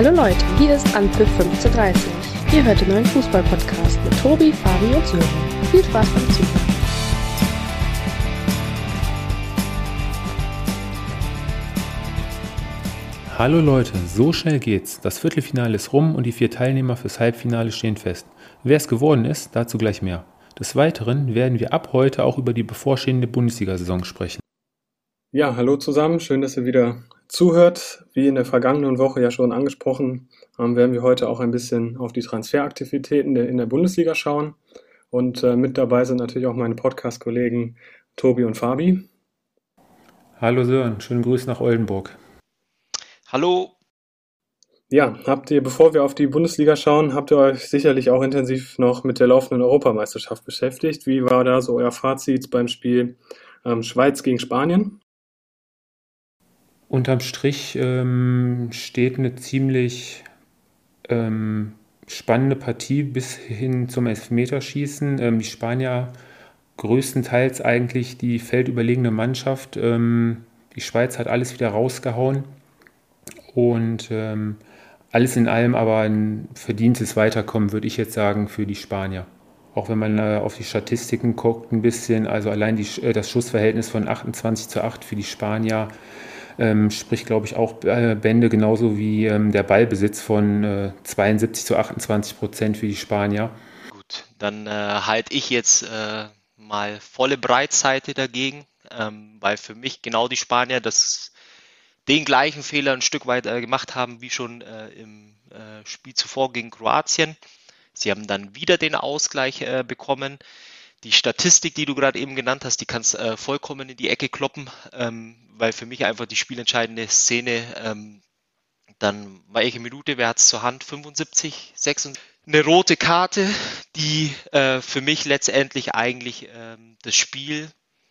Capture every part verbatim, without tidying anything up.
Hallo Leute, hier ist Anpfiff fünfzehnhundertdreißig. Ihr hört den neuen Fußball-Podcast mit Tobi, Fabi und Sören. Viel Spaß beim Zuhören. Hallo Leute, so schnell geht's. Das Viertelfinale ist rum und die vier Teilnehmer fürs Halbfinale stehen fest. Wer es geworden ist, dazu gleich mehr. Des Weiteren werden wir ab heute auch über die bevorstehende Bundesliga-Saison sprechen. Ja, hallo zusammen, schön, dass ihr wieder zuhört. Wie in der vergangenen Woche ja schon angesprochen, ähm, werden wir heute auch ein bisschen auf die Transferaktivitäten der, in der Bundesliga schauen. Und äh, mit dabei sind natürlich auch meine Podcast-Kollegen Tobi und Fabi. Hallo Sören, schönen Grüß nach Oldenburg. Hallo. Ja, habt ihr, bevor wir auf die Bundesliga schauen, habt ihr euch sicherlich auch intensiv noch mit der laufenden Europameisterschaft beschäftigt. Wie war da so euer Fazit beim Spiel ähm, Schweiz gegen Spanien? Unterm Strich ähm, steht eine ziemlich ähm, spannende Partie bis hin zum Elfmeterschießen. Ähm, die Spanier größtenteils eigentlich die feldüberlegene Mannschaft. Ähm, die Schweiz hat alles wieder rausgehauen und ähm, alles in allem aber ein verdientes Weiterkommen, würde ich jetzt sagen, für die Spanier. Auch wenn man äh, auf die Statistiken guckt, ein bisschen, also allein die, äh, das Schussverhältnis von achtundzwanzig zu acht für die Spanier ähm, spricht, glaube ich, auch äh, Bände, genauso wie ähm, der Ballbesitz von äh, zweiundsiebzig zu achtundzwanzig Prozent für die Spanier. Gut, dann äh, halte ich jetzt äh, mal volle Breitseite dagegen, ähm, weil für mich genau die Spanier das, den gleichen Fehler ein Stück weit äh, gemacht haben wie schon äh, im äh, Spiel zuvor gegen Kroatien. Sie haben dann wieder den Ausgleich äh, bekommen. Die Statistik, die du gerade eben genannt hast, die kannst äh, vollkommen in die Ecke kloppen, ähm, weil für mich einfach die spielentscheidende Szene, ähm, dann welche Minute, wer hat es zur Hand? fünfundsiebzig, sechsundsiebzig. Eine rote Karte, die äh, für mich letztendlich eigentlich ähm, das Spiel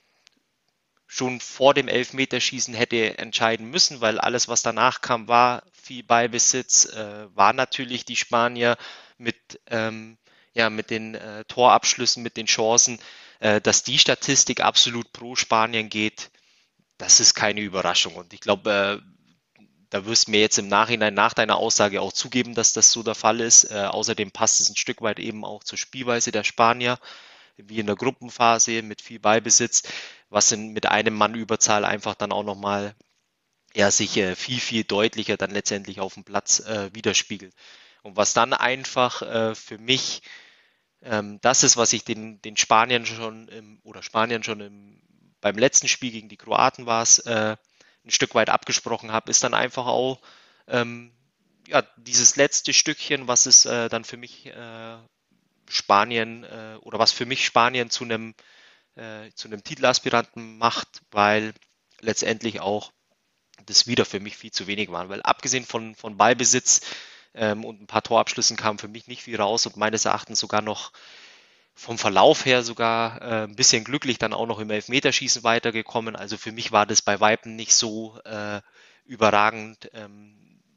schon vor dem Elfmeterschießen hätte entscheiden müssen, weil alles, was danach kam, war viel Ballbesitz, äh, war natürlich die Spanier mit ähm, ja, mit den äh, Torabschlüssen, mit den Chancen, äh, dass die Statistik absolut pro Spanien geht, das ist keine Überraschung. Und ich glaube, äh, da wirst du mir jetzt im Nachhinein nach deiner Aussage auch zugeben, dass das so der Fall ist. Äh, außerdem passt es ein Stück weit eben auch zur Spielweise der Spanier, wie in der Gruppenphase mit viel Ballbesitz, was in, mit einem Mann Überzahl einfach dann auch nochmal ja, sich äh, viel, viel deutlicher dann letztendlich auf dem Platz äh, widerspiegelt. Und was dann einfach äh, für mich ähm, das ist, was ich den, den Spaniern schon im, oder Spaniern schon im, beim letzten Spiel gegen die Kroaten war es, äh, ein Stück weit abgesprochen habe, ist dann einfach auch ähm, ja, dieses letzte Stückchen, was es äh, dann für mich äh, Spanien äh, oder was für mich Spanien zu einem äh, zu einem Titelaspiranten macht, weil letztendlich auch das wieder für mich viel zu wenig waren, weil abgesehen von, von Ballbesitz ähm, und ein paar Torabschlüssen kam für mich nicht viel raus und meines Erachtens sogar noch vom Verlauf her sogar äh, ein bisschen glücklich dann auch noch im Elfmeterschießen weitergekommen. Also für mich war das bei Weitem nicht so äh, überragend, ähm,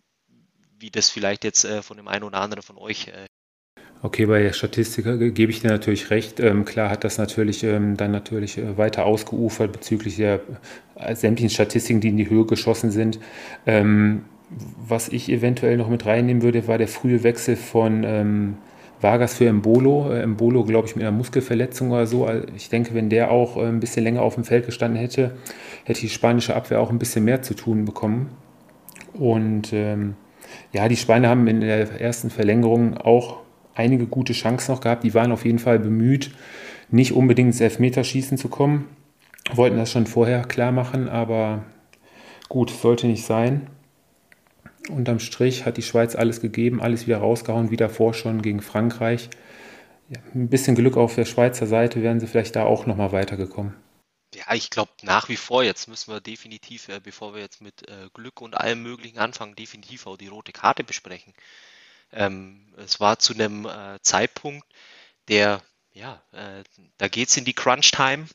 wie das vielleicht jetzt äh, von dem einen oder anderen von euch äh, Okay, bei der Statistik äh, gebe ich dir natürlich recht. Ähm, klar hat das natürlich ähm, dann natürlich äh, weiter ausgeufert bezüglich der äh, sämtlichen Statistiken, die in die Höhe geschossen sind. Ähm, was ich eventuell noch mit reinnehmen würde, war der frühe Wechsel von ähm, Vargas für Embolo. Äh, Embolo, glaube ich, mit einer Muskelverletzung oder so. Also ich denke, wenn der auch äh, ein bisschen länger auf dem Feld gestanden hätte, hätte die spanische Abwehr auch ein bisschen mehr zu tun bekommen. Und ähm, ja, die Spanier haben in der ersten Verlängerung auch einige gute Chancen noch gehabt. Die waren auf jeden Fall bemüht, nicht unbedingt ins Elfmeterschießen zu kommen. Wollten das schon vorher klar machen, aber gut, sollte nicht sein. Unterm Strich hat die Schweiz alles gegeben, alles wieder rausgehauen, wie davor schon gegen Frankreich. Ja, ein bisschen Glück auf der Schweizer Seite, wären sie vielleicht da auch nochmal weitergekommen. Ja, ich glaube nach wie vor, jetzt müssen wir definitiv, äh, bevor wir jetzt mit äh, Glück und allem Möglichen anfangen, definitiv auch die rote Karte besprechen. Ähm, es war zu einem äh, Zeitpunkt, der, ja, äh, da geht es in die Crunch-Time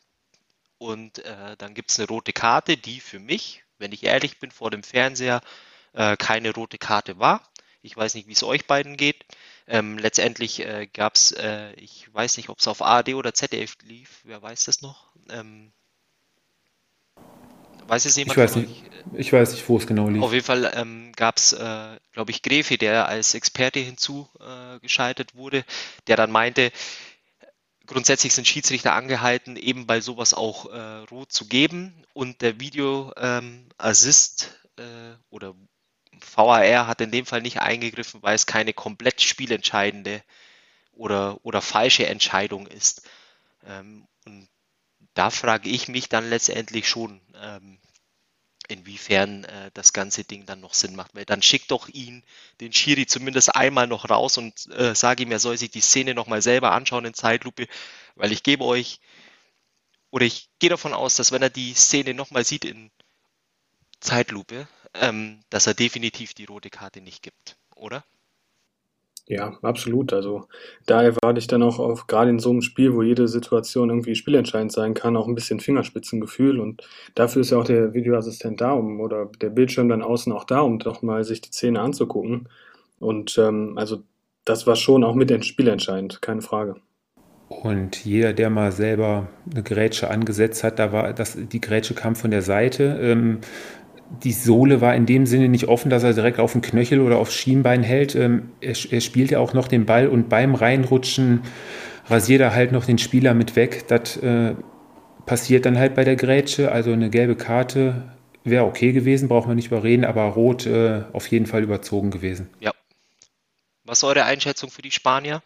und äh, dann gibt es eine rote Karte, die für mich, wenn ich ehrlich bin, vor dem Fernseher äh, keine rote Karte war. Ich weiß nicht, wie es euch beiden geht. Ähm, letztendlich äh, gab es, äh, ich weiß nicht, ob es auf A R D oder Z D F lief, wer weiß das noch? Ähm, Weiß es Ich jemand weiß von nicht, euch? ich weiß nicht, wo es genau Auf lief. jeden Fall ähm, gab es, äh, glaube ich, Gräfe, der als Experte hinzugeschaltet äh, geschaltet wurde, der dann meinte, grundsätzlich sind Schiedsrichter angehalten, eben bei sowas auch äh, rot zu geben. Und der Video ähm, Assist äh, oder V A R hat in dem Fall nicht eingegriffen, weil es keine komplett spielentscheidende oder, oder falsche Entscheidung ist. Ähm, und da frage ich mich dann letztendlich schon, ähm, inwiefern äh, das ganze Ding dann noch Sinn macht. Weil dann schickt doch ihn, den Schiri, zumindest einmal noch raus und äh, sage ihm, er soll sich die Szene nochmal selber anschauen in Zeitlupe, weil ich gebe euch, oder ich gehe davon aus, dass wenn er die Szene nochmal sieht in Zeitlupe, ähm, dass er definitiv die rote Karte nicht gibt, oder? Ja, absolut. Also da erwarte ich dann auch auf, gerade in so einem Spiel, wo jede Situation irgendwie spielentscheidend sein kann, auch ein bisschen Fingerspitzengefühl. Und dafür ist ja auch der Videoassistent da, um oder der Bildschirm dann außen auch da, um doch mal sich die Szene anzugucken. Und ähm, also das war schon auch mit spielentscheidend, keine Frage. Und jeder, der mal selber eine Grätsche angesetzt hat, da war das, die Grätsche kam von der Seite. Ähm, die Sohle war in dem Sinne nicht offen, dass er direkt auf den Knöchel oder aufs Schienbein hält. Ähm, er, er spielt ja auch noch den Ball und beim Reinrutschen rasiert er halt noch den Spieler mit weg. Das äh, passiert dann halt bei der Grätsche. Also eine gelbe Karte wäre okay gewesen, braucht man nicht überreden, aber rot äh, auf jeden Fall überzogen gewesen. Ja. Was ist eure Einschätzung für die Spanier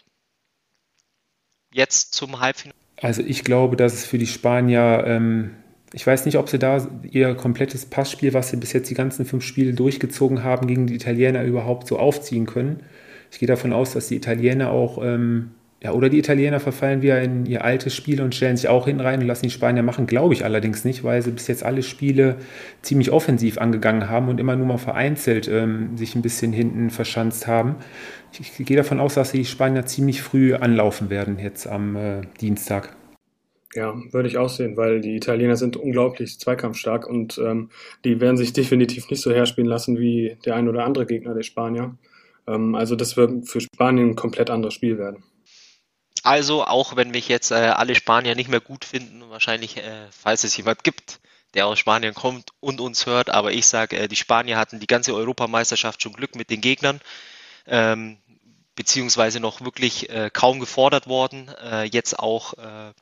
jetzt zum Halbfinale? Also ich glaube, dass es für die Spanier, ähm, ich weiß nicht, ob sie da ihr komplettes Passspiel, was sie bis jetzt die ganzen fünf Spiele durchgezogen haben, gegen die Italiener überhaupt so aufziehen können. Ich gehe davon aus, dass die Italiener auch, ähm, ja, oder die Italiener verfallen wieder in ihr altes Spiel und stellen sich auch hinten rein und lassen die Spanier machen. Glaube ich allerdings nicht, weil sie bis jetzt alle Spiele ziemlich offensiv angegangen haben und immer nur mal vereinzelt ähm, sich ein bisschen hinten verschanzt haben. Ich, ich gehe davon aus, dass die Spanier ziemlich früh anlaufen werden jetzt am äh, Dienstag. Ja, würde ich auch sehen, weil die Italiener sind unglaublich zweikampfstark und ähm, die werden sich definitiv nicht so herspielen lassen wie der ein oder andere Gegner der Spanier. Ähm, also das wird für Spanien ein komplett anderes Spiel werden. Also, auch wenn mich jetzt äh, alle Spanier nicht mehr gut finden, wahrscheinlich, äh, falls es jemand gibt, der aus Spanien kommt und uns hört, aber ich sage, äh, die Spanier hatten die ganze Europameisterschaft schon Glück mit den Gegnern, ähm, beziehungsweise noch wirklich äh, kaum gefordert worden, äh, jetzt auch äh,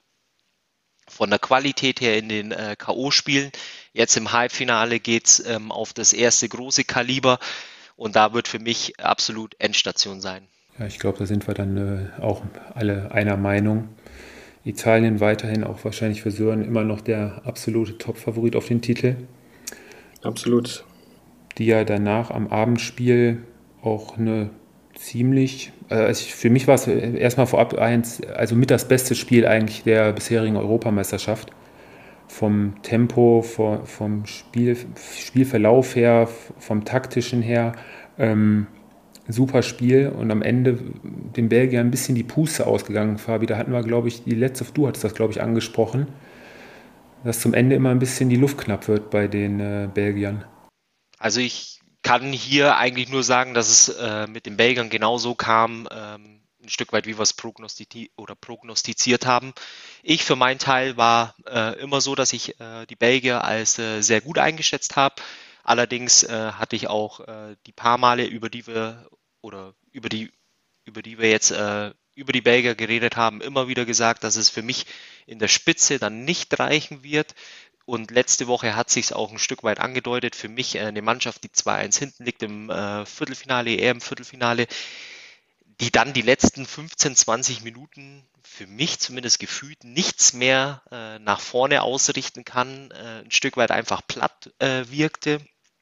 von der Qualität her in den äh, K O-Spielen. Jetzt im Halbfinale geht's ähm, auf das erste große Kaliber und da wird für mich absolut Endstation sein. Ja, ich glaube, da sind wir dann äh, auch alle einer Meinung. Italien weiterhin auch wahrscheinlich für Sören immer noch der absolute Top-Favorit auf den Titel. Absolut. Die ja danach am Abendspiel auch eine ziemlich, also ich, für mich war es erstmal vorab eins, also mit das beste Spiel eigentlich der bisherigen Europameisterschaft. Vom Tempo, vom, vom Spiel, Spielverlauf her, vom taktischen her. Ähm, super Spiel und am Ende den Belgiern ein bisschen die Puste ausgegangen, Fabi. Da hatten wir, glaube ich, die letzte, du hattest das, glaube ich, angesprochen, dass zum Ende immer ein bisschen die Luft knapp wird bei den äh, Belgiern. Also ich kann hier eigentlich nur sagen, dass es äh, mit den Belgiern genauso kam, ähm, ein Stück weit, wie wir es prognostiziert oder prognostiziert haben. Ich für meinen Teil war äh, immer so, dass ich äh, die Belgier als äh, sehr gut eingeschätzt habe. Allerdings äh, hatte ich auch äh, die paar Male, über die wir oder über die über die wir jetzt äh, über die Belgier geredet haben, immer wieder gesagt, dass es für mich in der Spitze dann nicht reichen wird. Und letzte Woche hat sich es auch ein Stück weit angedeutet. Für mich äh, eine Mannschaft, die zwei eins hinten liegt im äh, Viertelfinale, eher im Viertelfinale, die dann die letzten fünfzehn, zwanzig Minuten für mich zumindest gefühlt nichts mehr äh, nach vorne ausrichten kann, äh, ein Stück weit einfach platt äh, wirkte,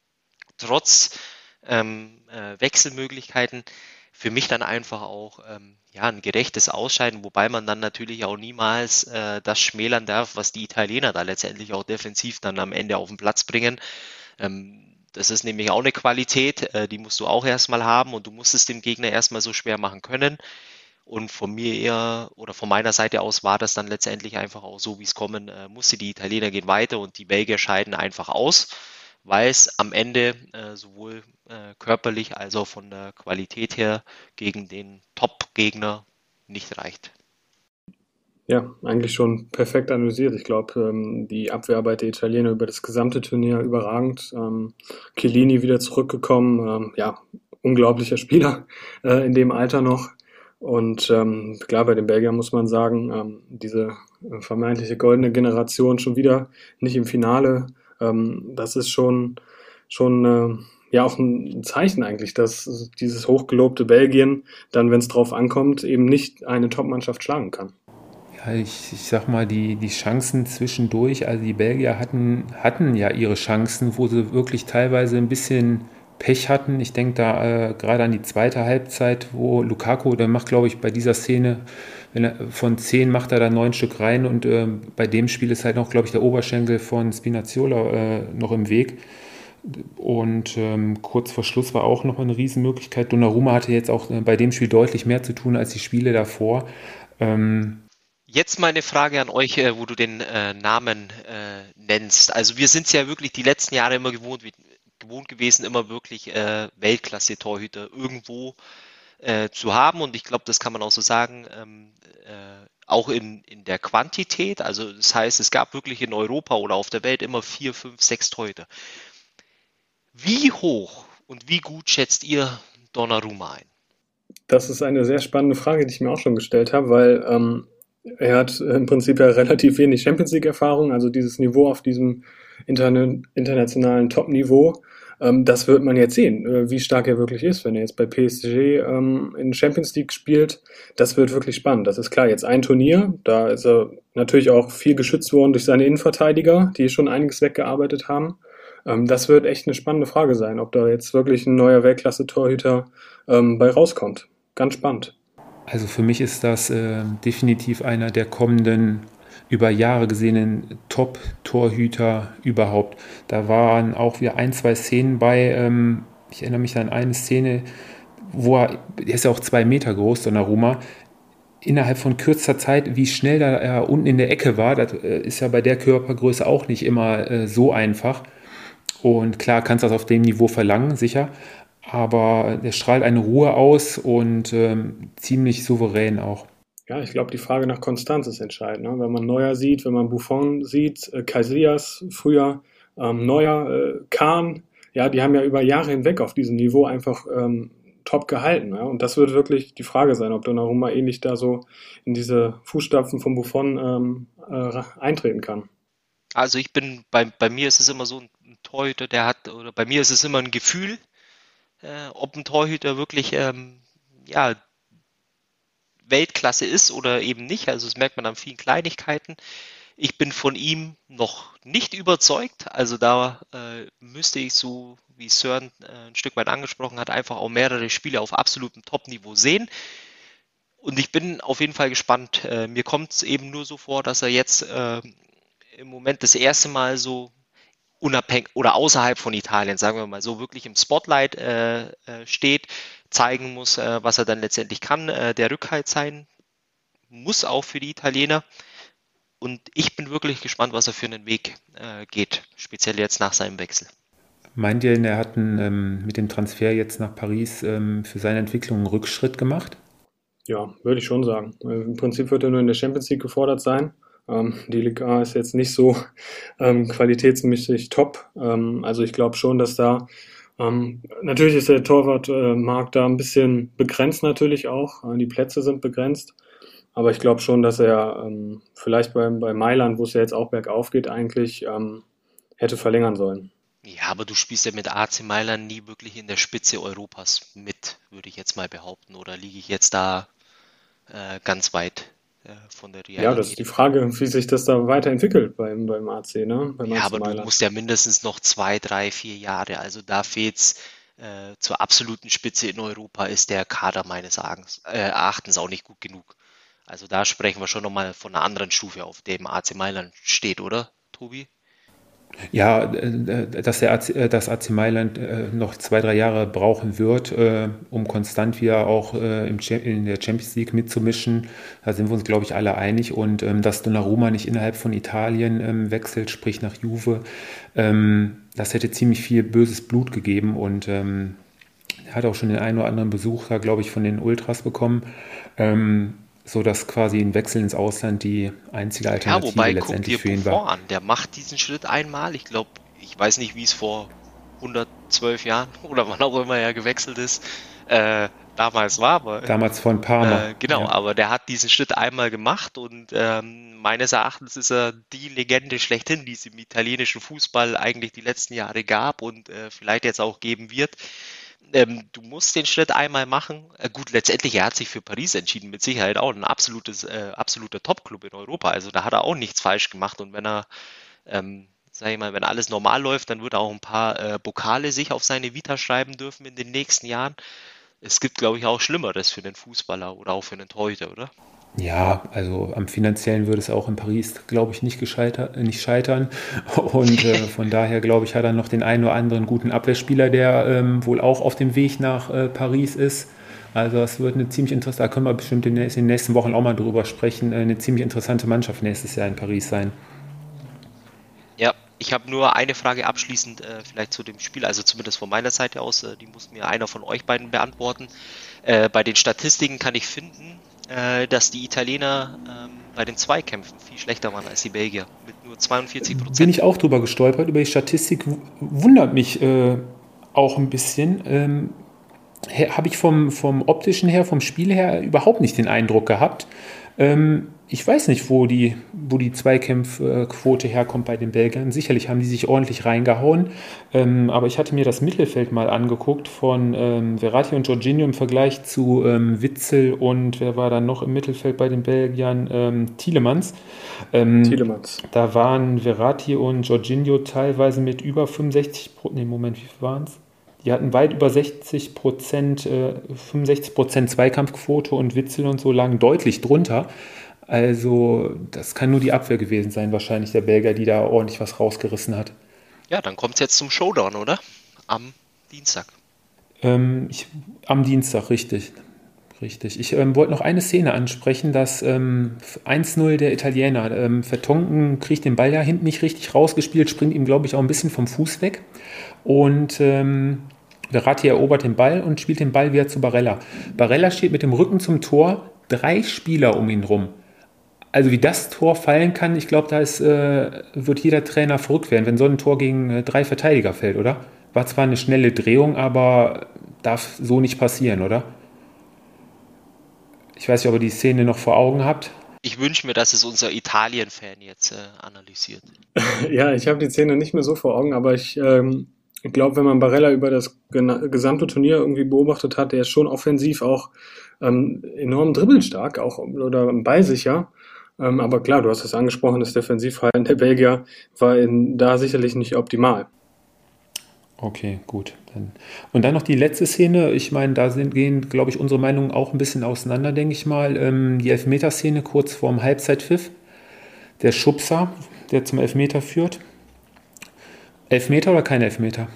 trotz ähm, äh, Wechselmöglichkeiten. Für mich dann einfach auch ähm, ja, ein gerechtes Ausscheiden, wobei man dann natürlich auch niemals äh, das schmälern darf, was die Italiener da letztendlich auch defensiv dann am Ende auf den Platz bringen. Ähm, das ist nämlich auch eine Qualität, äh, die musst du auch erstmal haben und du musst es dem Gegner erstmal so schwer machen können. Und von mir eher oder von meiner Seite aus war das dann letztendlich einfach auch so, wie es kommen äh, musste. Die Italiener gehen weiter und die Belgier scheiden einfach aus, weil es am Ende äh, sowohl äh, körperlich als auch von der Qualität her gegen den Top-Gegner nicht reicht. Ja, eigentlich schon perfekt analysiert. Ich glaube, ähm, die Abwehrarbeit der Italiener über das gesamte Turnier überragend. Ähm, Chiellini wieder zurückgekommen, ähm, ja, unglaublicher Spieler äh, in dem Alter noch. Und ähm, klar, bei den Belgiern muss man sagen, ähm, diese äh, vermeintliche goldene Generation schon wieder nicht im Finale. Ähm, das ist schon, schon äh, ja auch ein Zeichen eigentlich, dass dieses hochgelobte Belgien dann, wenn es drauf ankommt, eben nicht eine Top-Mannschaft schlagen kann. Ja, ich, ich sag mal, die, die Chancen zwischendurch, also die Belgier hatten, hatten ja ihre Chancen, wo sie wirklich teilweise ein bisschen Pech hatten. Ich denke da äh, gerade an die zweite Halbzeit, wo Lukaku, der macht, glaube ich, bei dieser Szene, wenn er, von zehn macht er da neun Stück rein und äh, bei dem Spiel ist halt noch, glaube ich, der Oberschenkel von Spinazzola äh, noch im Weg. Und ähm, kurz vor Schluss war auch noch eine Riesenmöglichkeit. Donnarumma hatte jetzt auch äh, bei dem Spiel deutlich mehr zu tun als die Spiele davor. Ähm, Jetzt mal eine Frage an euch, äh, wo du den äh, Namen äh, nennst. Also wir sind es ja wirklich die letzten Jahre immer gewohnt, wie, gewohnt gewesen, immer wirklich äh, Weltklasse-Torhüter irgendwo äh, zu haben. Und ich glaube, das kann man auch so sagen, ähm, äh, auch in, in der Quantität. Also das heißt, es gab wirklich in Europa oder auf der Welt immer vier, fünf, sechs Torhüter. Wie hoch und wie gut schätzt ihr Donnarumma ein? Das ist eine sehr spannende Frage, die ich mir auch schon gestellt habe, weil ähm, er hat im Prinzip ja relativ wenig Champions League-Erfahrung, also dieses Niveau auf diesem interne, internationalen Top-Niveau. Ähm, das wird man jetzt sehen, äh, wie stark er wirklich ist, wenn er jetzt bei P S G ähm, in Champions League spielt. Das wird wirklich spannend. Das ist klar, jetzt ein Turnier, da ist er natürlich auch viel geschützt worden durch seine Innenverteidiger, die schon einiges weggearbeitet haben. Ähm, das wird echt eine spannende Frage sein, ob da jetzt wirklich ein neuer Weltklasse-Torhüter ähm, bei rauskommt. Ganz spannend. Also für mich ist das äh, definitiv einer der kommenden, über Jahre gesehenen Top-Torhüter überhaupt. Da waren auch wieder ein, zwei Szenen bei. Ähm, ich erinnere mich an eine Szene, wo er, der ist ja auch zwei Meter groß, Donnarumma, innerhalb von kürzester Zeit, wie schnell da er unten in der Ecke war, das äh, ist ja bei der Körpergröße auch nicht immer äh, so einfach. Und klar kannst du das auf dem Niveau verlangen, sicher. Aber der strahlt eine Ruhe aus und ähm, ziemlich souverän auch. Ja, ich glaube, die Frage nach Konstanz ist entscheidend. Ne? Wenn man Neuer sieht, wenn man Buffon sieht, äh, Casillas früher, ähm, Neuer, äh, Kahn, ja, die haben ja über Jahre hinweg auf diesem Niveau einfach ähm, top gehalten. Ja? Und das wird wirklich die Frage sein, ob Donnarumma ähnlich da so in diese Fußstapfen von Buffon ähm, äh, eintreten kann. Also ich bin, bei, bei mir ist es immer so ein Torhüter, der hat, oder bei mir ist es immer ein Gefühl, äh, ob ein Torhüter wirklich ähm, ja, Weltklasse ist oder eben nicht. Also das merkt man an vielen Kleinigkeiten. Ich bin von ihm noch nicht überzeugt. Also da äh, müsste ich, so wie Sören äh, ein Stück weit angesprochen hat, einfach auch mehrere Spiele auf absolutem Top-Niveau sehen. Und ich bin auf jeden Fall gespannt. Äh, mir kommt es eben nur so vor, dass er jetzt äh, im Moment das erste Mal so unabhängig oder außerhalb von Italien, sagen wir mal so, wirklich im Spotlight äh, äh, steht, zeigen muss, äh, was er dann letztendlich kann, äh, der Rückhalt sein muss auch für die Italiener. Und ich bin wirklich gespannt, was er für einen Weg äh, geht, speziell jetzt nach seinem Wechsel. Meint ihr, er hat einen, ähm, mit dem Transfer jetzt nach Paris ähm, für seine Entwicklung einen Rückschritt gemacht? Ja, würde ich schon sagen. Äh, Im Prinzip wird er nur in der Champions League gefordert sein. Ähm, die Ligue A ist jetzt nicht so ähm, qualitätsmäßig top. Ähm, also ich glaube schon, dass da ähm, natürlich ist der Torwartmarkt äh, da ein bisschen begrenzt natürlich auch. Äh, die Plätze sind begrenzt. Aber ich glaube schon, dass er ähm, vielleicht bei, bei Mailand, wo es ja jetzt auch bergauf geht, eigentlich ähm, hätte verlängern sollen. Ja, aber du spielst ja mit A C Mailand nie wirklich in der Spitze Europas mit, würde ich jetzt mal behaupten. Oder liege ich jetzt da äh, ganz weit äh, von der Ja, das ist Realität? die Frage, wie sich das da weiterentwickelt beim, beim A C, ne? Beim Ja, A C aber du Mailand. musst ja mindestens noch zwei, drei, vier Jahre. Also da fehlt's äh, zur absoluten Spitze in Europa ist der Kader meines Erachtens, äh, Erachtens auch nicht gut genug. Also da sprechen wir schon nochmal von einer anderen Stufe, auf dem A C Mailand steht, oder, Tobi? Ja, äh, dass der A C, äh, das A C Mailand äh, noch zwei, drei Jahre brauchen wird, äh, um konstant wieder auch äh, im Cha- in der Champions League mitzumischen, da sind wir uns, glaube ich, alle einig. Und ähm, dass Donnarumma nicht innerhalb von Italien ähm, wechselt, sprich nach Juve, ähm, das hätte ziemlich viel böses Blut gegeben. Und ähm, er hat auch schon den einen oder anderen Besuch da, glaube ich, von den Ultras bekommen. Ähm, sodass quasi ein Wechsel ins Ausland die einzige Alternative Ja, wobei, guck letztendlich dir für ihn Buffon war. an, der macht diesen Schritt einmal. Ich glaube, ich weiß nicht, wie es vor hundertzwölf Jahren oder wann auch immer er gewechselt ist, äh, damals war, aber Damals von Parma. äh, genau, Ja. aber der hat diesen Schritt einmal gemacht und ähm, meines Erachtens ist er die Legende schlechthin, die es im italienischen Fußball eigentlich die letzten Jahre gab und äh, vielleicht jetzt auch geben wird. Ähm, du musst den Schritt einmal machen. Äh, gut, letztendlich, er hat sich für Paris entschieden, mit Sicherheit auch ein absolutes, äh, absoluter Top-Club in Europa. Also da hat er auch nichts falsch gemacht. Und wenn er, ähm, sag ich mal, wenn alles normal läuft, dann wird er auch ein paar äh, Pokale sich auf seine Vita schreiben dürfen in den nächsten Jahren. Es gibt, glaube ich, auch Schlimmeres für einen Fußballer oder auch für einen Torhüter, oder? Ja, also am finanziellen würde es auch in Paris, glaube ich, nicht, gescheiter, äh, nicht scheitern. Und äh, von daher, glaube ich, hat er noch den einen oder anderen guten Abwehrspieler, der ähm, wohl auch auf dem Weg nach äh, Paris ist. Also es wird eine ziemlich interessante, da können wir bestimmt in den nächsten Wochen auch mal drüber sprechen, äh, eine ziemlich interessante Mannschaft nächstes Jahr in Paris sein. Ja, ich habe nur eine Frage abschließend äh, vielleicht zu dem Spiel, also zumindest von meiner Seite aus, äh, die muss mir einer von euch beiden beantworten. Äh, bei den Statistiken kann ich finden, äh, dass die Italiener ähm, bei den Zweikämpfen viel schlechter waren als die Belgier, mit nur zweiundvierzig Bin Prozent. ich auch drüber gestolpert, über die Statistik, w- wundert mich äh, auch ein bisschen. Ähm, Habe ich vom, vom optischen her, vom Spiel her überhaupt nicht den Eindruck gehabt. Ähm, ich weiß nicht, wo die, wo die Zweikampfquote herkommt bei den Belgiern. Sicherlich haben die sich ordentlich reingehauen. Ähm, aber ich hatte mir das Mittelfeld mal angeguckt von ähm, Verratti und Jorginho im Vergleich zu ähm, Witzel und wer war dann noch im Mittelfeld bei den Belgiern? Ähm, Tielemans. Ähm, Tielemans. Da waren Verratti und Jorginho teilweise mit über fünfundsechzig Prozent. Nee, Moment, wie viel waren es? Die hatten weit über sechzig Prozent, äh, fünfundsechzig Prozent Zweikampfquote und Witzel und so lagen deutlich drunter. Also das kann nur die Abwehr gewesen sein, wahrscheinlich der Belgier, die da ordentlich was rausgerissen hat. Ja, dann kommt es jetzt zum Showdown, oder? Am Dienstag. Ähm, ich, am Dienstag, richtig. Richtig. Ich ähm, wollte noch eine Szene ansprechen, dass ähm, eins null der Italiener, ähm, Vertongen kriegt den Ball ja hinten nicht richtig rausgespielt, springt ihm, glaube ich, auch ein bisschen vom Fuß weg. Und ähm, Verratti erobert den Ball und spielt den Ball wieder zu Barella. Barella steht mit dem Rücken zum Tor, drei Spieler um ihn rum. Also wie das Tor fallen kann, ich glaube, da ist, äh, wird jeder Trainer verrückt werden, wenn so ein Tor gegen äh, drei Verteidiger fällt, oder? War zwar eine schnelle Drehung, aber darf so nicht passieren, oder? Ich weiß nicht, ob ihr die Szene noch vor Augen habt. Ich wünsche mir, dass es unser Italien-Fan jetzt äh, analysiert. Ja, ich habe die Szene nicht mehr so vor Augen, aber ich ähm, glaube, wenn man Barella über das gena- gesamte Turnier irgendwie beobachtet hat, der ist schon offensiv auch ähm, enorm dribbelstark, auch oder ballsicher. Ähm, aber klar, du hast es angesprochen, das Defensivverhalten der Belgier war in, da sicherlich nicht optimal. Okay, gut. Dann. Und dann noch die letzte Szene. Ich meine, da sind, gehen, glaube ich, unsere Meinungen auch ein bisschen auseinander, denke ich mal. Ähm, die Elfmeterszene kurz vorm Halbzeitpfiff. Der Schubser, der zum Elfmeter führt. Elfmeter oder kein Elfmeter?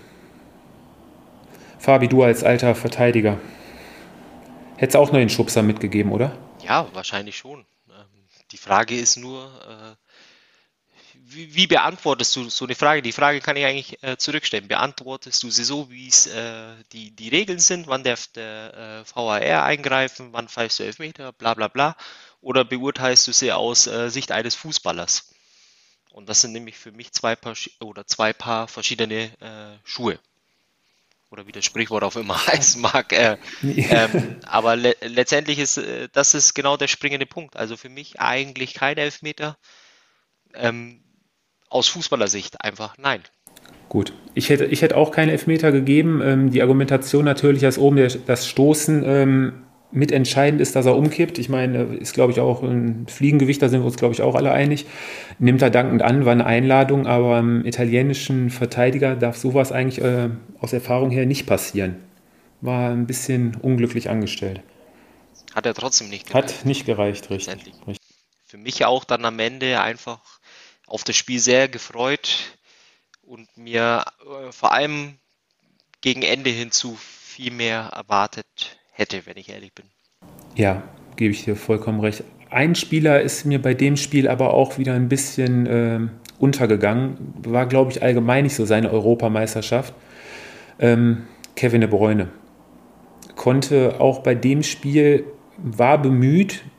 Fabi, du als alter Verteidiger. Hättest auch noch den Schubser mitgegeben, oder? Ja, wahrscheinlich schon. Ähm, die Frage ist nur, äh, wie, wie beantwortest du so eine Frage? Die Frage kann ich eigentlich äh, zurückstellen. Beantwortest du sie so, wie es äh, die, die Regeln sind, wann darf der äh, V A R eingreifen, wann pfeifst du Elfmeter, bla bla bla, oder beurteilst du sie aus äh, Sicht eines Fußballers? Und das sind nämlich für mich zwei Paar Schi- oder zwei Paar verschiedene äh, Schuhe. Oder wie das Sprichwort auch immer heißen mag. Äh, ähm, aber le letztendlich ist äh, das ist genau der springende Punkt. Also für mich eigentlich kein Elfmeter. Ähm, aus Fußballersicht einfach nein. Gut. Ich hätte, ich hätte auch keinen Elfmeter gegeben. Ähm, die Argumentation natürlich, dass oben der, das Stoßen ähm, mitentscheidend ist, dass er umkippt. Ich meine, ist, glaube ich, auch ein Fliegengewicht, da sind wir uns, glaube ich, auch alle einig. Nimmt er dankend an, war eine Einladung, aber im italienischen Verteidiger darf sowas eigentlich äh, aus Erfahrung her nicht passieren. War ein bisschen unglücklich angestellt. Hat er trotzdem nicht gereicht. Hat nicht gereicht, richtig. Letztendlich. richtig. Für mich auch dann am Ende einfach auf das Spiel sehr gefreut und mir äh, vor allem gegen Ende hinzu viel mehr erwartet hätte, wenn ich ehrlich bin. Ja, gebe ich dir vollkommen recht. Ein Spieler ist mir bei dem Spiel aber auch wieder ein bisschen äh, untergegangen. War, glaube ich, allgemein nicht so seine Europameisterschaft. Ähm, Kevin De Bruyne konnte auch bei dem Spiel, war bemüht,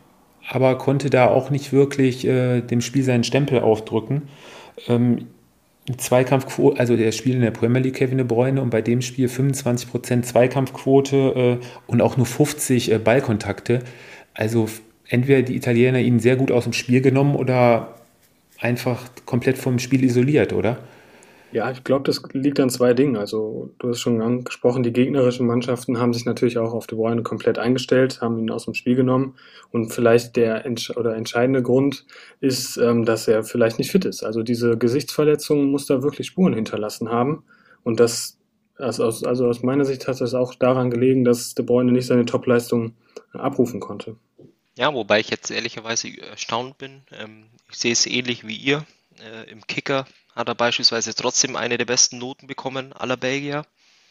aber konnte da auch nicht wirklich äh, dem Spiel seinen Stempel aufdrücken. Ähm, Zweikampfquote, also der spielt in der Premier League Kevin De Bruyne und bei dem Spiel fünfundzwanzig Prozent Zweikampfquote äh, und auch nur fünfzig äh, Ballkontakte. Also entweder die Italiener ihn sehr gut aus dem Spiel genommen oder einfach komplett vom Spiel isoliert, oder? Ja, ich glaube, das liegt an zwei Dingen. Also, du hast schon angesprochen, die gegnerischen Mannschaften haben sich natürlich auch auf De Bruyne komplett eingestellt, haben ihn aus dem Spiel genommen. Und vielleicht der entsch oder entscheidende Grund ist, ähm, dass er vielleicht nicht fit ist. Also diese Gesichtsverletzung muss da wirklich Spuren hinterlassen haben. Und das, also aus, also aus meiner Sicht hat das auch daran gelegen, dass De Bruyne nicht seine Topleistung abrufen konnte. Ja, wobei ich jetzt ehrlicherweise erstaunt bin. Ähm, ich sehe es ähnlich wie ihr. Äh, im Kicker hat er beispielsweise trotzdem eine der besten Noten bekommen aller Belgier.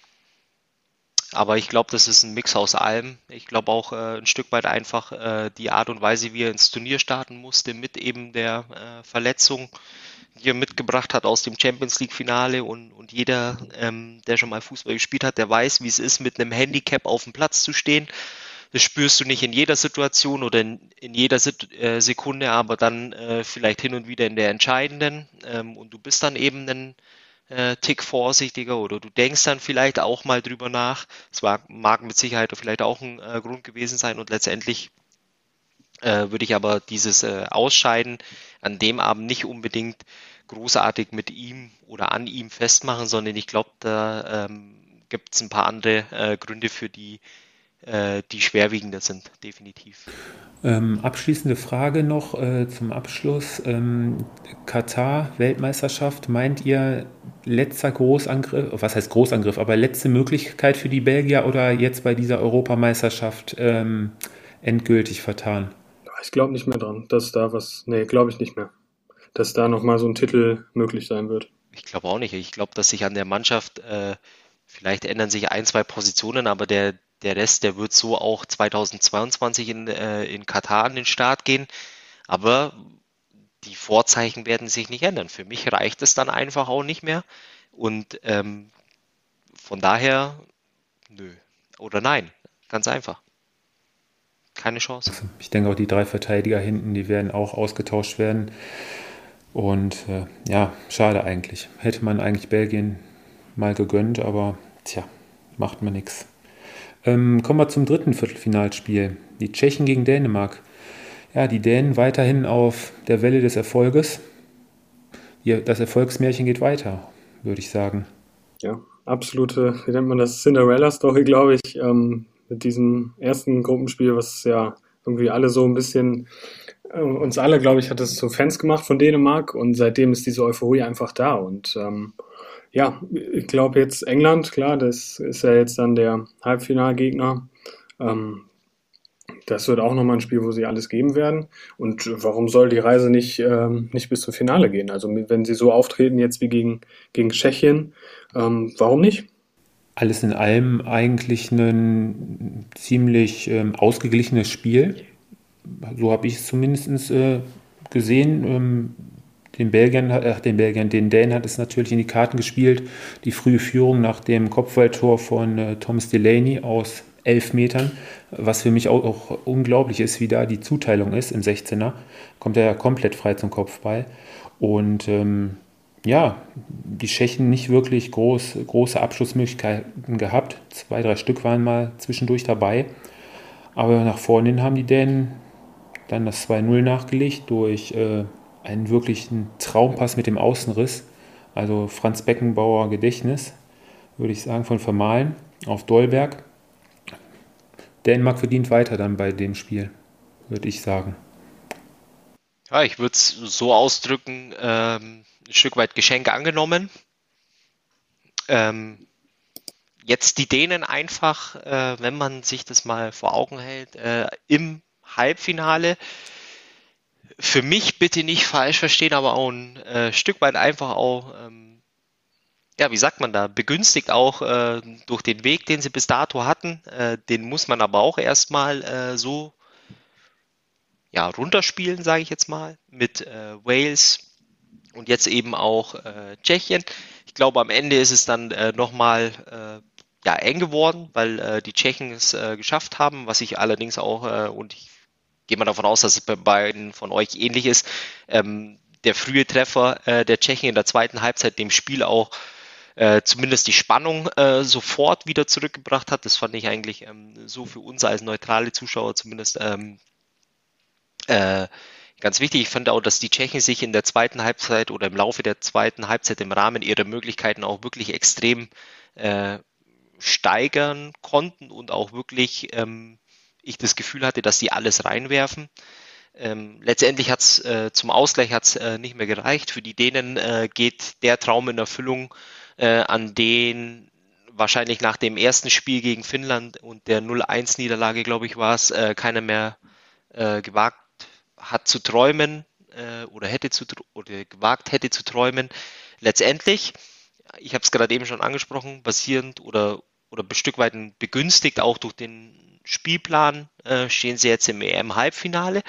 Aber ich glaube, das ist ein Mix aus allem. Ich glaube auch äh, ein Stück weit einfach äh, die Art und Weise, wie er ins Turnier starten musste, mit eben der äh, Verletzung, die er mitgebracht hat aus dem Champions League-Finale. Und, und jeder, ähm, der schon mal Fußball gespielt hat, der weiß, wie es ist, mit einem Handicap auf dem Platz zu stehen. Das spürst du nicht in jeder Situation oder in, in jeder Sit äh, Sekunde, aber dann äh, vielleicht hin und wieder in der entscheidenden. Ähm, und du bist dann eben einen äh, Tick vorsichtiger oder du denkst dann vielleicht auch mal drüber nach. Es war, mag mit Sicherheit vielleicht auch ein äh, Grund gewesen sein und letztendlich äh, würde ich aber dieses äh, Ausscheiden an dem Abend nicht unbedingt großartig mit ihm oder an ihm festmachen, sondern ich glaube, da ähm, gibt es ein paar andere äh, Gründe für die die schwerwiegender sind, definitiv. Ähm, abschließende Frage noch äh, zum Abschluss. Ähm, Katar, Weltmeisterschaft, meint ihr letzter Großangriff, was heißt Großangriff, aber letzte Möglichkeit für die Belgier oder jetzt bei dieser Europameisterschaft ähm, endgültig vertan? Ich glaube nicht mehr dran, dass da was, nee, glaube ich nicht mehr, dass da nochmal so ein Titel möglich sein wird. Ich glaube auch nicht. Ich glaube, dass sich an der Mannschaft, äh, vielleicht ändern sich ein, zwei Positionen, aber der Der Rest, der wird so auch zweitausendzweiundzwanzig in, äh, in Katar an den Start gehen. Aber die Vorzeichen werden sich nicht ändern. Für mich reicht es dann einfach auch nicht mehr. Und ähm, von daher, nö. Oder nein. Ganz einfach. Keine Chance. Ich denke auch die drei Verteidiger hinten, die werden auch ausgetauscht werden. Und äh, ja, schade eigentlich. Hätte man eigentlich Belgien mal gegönnt, aber tja, macht man nichts. Ähm, kommen wir zum dritten Viertelfinalspiel. Die Tschechen gegen Dänemark. Ja, die Dänen weiterhin auf der Welle des Erfolges. Ja, das Erfolgsmärchen geht weiter, würde ich sagen. Ja, absolute, wie nennt man das, Cinderella-Story, glaube ich, ähm, mit diesem ersten Gruppenspiel, was ja irgendwie alle so ein bisschen, äh, uns alle, glaube ich, hat es zu Fans gemacht von Dänemark und seitdem ist diese Euphorie einfach da und ähm, ja, ich glaube jetzt England, klar, das ist ja jetzt dann der Halbfinalgegner. Ähm, das wird auch nochmal ein Spiel, wo sie alles geben werden. Und warum soll die Reise nicht, ähm, nicht bis zum Finale gehen? Also wenn sie so auftreten jetzt wie gegen, gegen Tschechien, ähm, warum nicht? Alles in allem eigentlich ein ziemlich ähm, ausgeglichenes Spiel. So habe ich es zumindest äh, gesehen. Ähm, Den Belgiern, äh, den Belgiern, den Dänen hat es natürlich in die Karten gespielt. Die frühe Führung nach dem Kopfballtor von äh, Thomas Delaney aus elf Metern, was für mich auch, auch unglaublich ist, wie da die Zuteilung ist im sechzehner. Kommt er ja komplett frei zum Kopfball. Und ähm, ja, die Tschechen nicht wirklich groß, große Abschlussmöglichkeiten gehabt. Zwei, drei Stück waren mal zwischendurch dabei. Aber nach vorne hin haben die Dänen dann das zwei null nachgelegt durch äh, einen wirklichen Traumpass mit dem Außenriss, also Franz Beckenbauer Gedächtnis, würde ich sagen, von Vermahlen auf Dolberg. Dänemark verdient weiter dann bei dem Spiel, würde ich sagen. Ja, ich würde es so ausdrücken, ähm, ein Stück weit Geschenk angenommen. Ähm, jetzt die Dänen einfach, äh, wenn man sich das mal vor Augen hält, äh, im Halbfinale, für mich bitte nicht falsch verstehen, aber auch ein äh, Stück weit einfach auch, ähm, ja, wie sagt man da, begünstigt auch äh, durch den Weg, den sie bis dato hatten. Äh, den muss man aber auch erstmal äh, so ja, runterspielen, sage ich jetzt mal, mit äh, Wales und jetzt eben auch äh, Tschechien. Ich glaube, am Ende ist es dann äh, nochmal äh, ja, eng geworden, weil äh, die Tschechen es äh, geschafft haben, was ich allerdings auch, äh, und ich gehe mal davon aus, dass es bei beiden von euch ähnlich ist. Ähm, der frühe Treffer äh, der Tschechen in der zweiten Halbzeit dem Spiel auch äh, zumindest die Spannung äh, sofort wieder zurückgebracht hat. Das fand ich eigentlich ähm, so für uns als neutrale Zuschauer zumindest ähm, äh, ganz wichtig. Ich fand auch, dass die Tschechen sich in der zweiten Halbzeit oder im Laufe der zweiten Halbzeit im Rahmen ihrer Möglichkeiten auch wirklich extrem äh, steigern konnten und auch wirklich ähm, ich das Gefühl hatte, dass die alles reinwerfen. Ähm, letztendlich hat es äh, zum Ausgleich hat's, äh, nicht mehr gereicht. Für die Dänen äh, geht der Traum in Erfüllung, äh, an den wahrscheinlich nach dem ersten Spiel gegen Finnland und der null eins Niederlage, glaube ich, war es, äh, keiner mehr äh, gewagt hat zu träumen äh, oder hätte zu oder gewagt hätte zu träumen. Letztendlich, ich habe es gerade eben schon angesprochen, basierend oder oder ein Stück weit begünstigt auch durch den Spielplan, äh, stehen sie jetzt im E M-Halbfinale.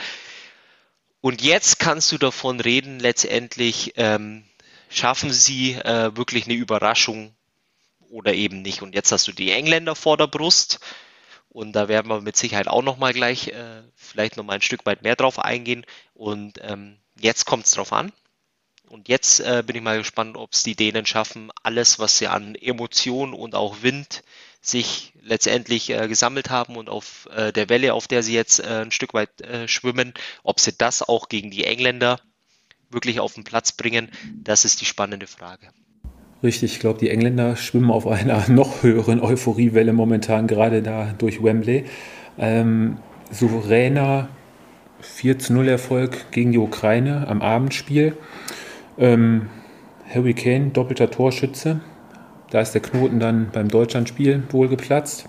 Und jetzt kannst du davon reden, letztendlich ähm, schaffen sie äh, wirklich eine Überraschung oder eben nicht. Und jetzt hast du die Engländer vor der Brust. Und da werden wir mit Sicherheit auch nochmal gleich äh, vielleicht nochmal ein Stück weit mehr drauf eingehen. Und ähm, jetzt kommt es drauf an. Und jetzt äh, bin ich mal gespannt, ob es die Dänen schaffen, alles, was sie an Emotionen und auch Wind sich letztendlich äh, gesammelt haben und auf äh, der Welle, auf der sie jetzt äh, ein Stück weit äh, schwimmen, ob sie das auch gegen die Engländer wirklich auf den Platz bringen, das ist die spannende Frage. Richtig, ich glaube, die Engländer schwimmen auf einer noch höheren Euphoriewelle momentan, gerade da durch Wembley. Ähm, souveräner vier zu null Erfolg gegen die Ukraine am Abendspiel. Ähm, Harry Kane, doppelter Torschütze. Da ist der Knoten dann beim Deutschlandspiel wohl geplatzt.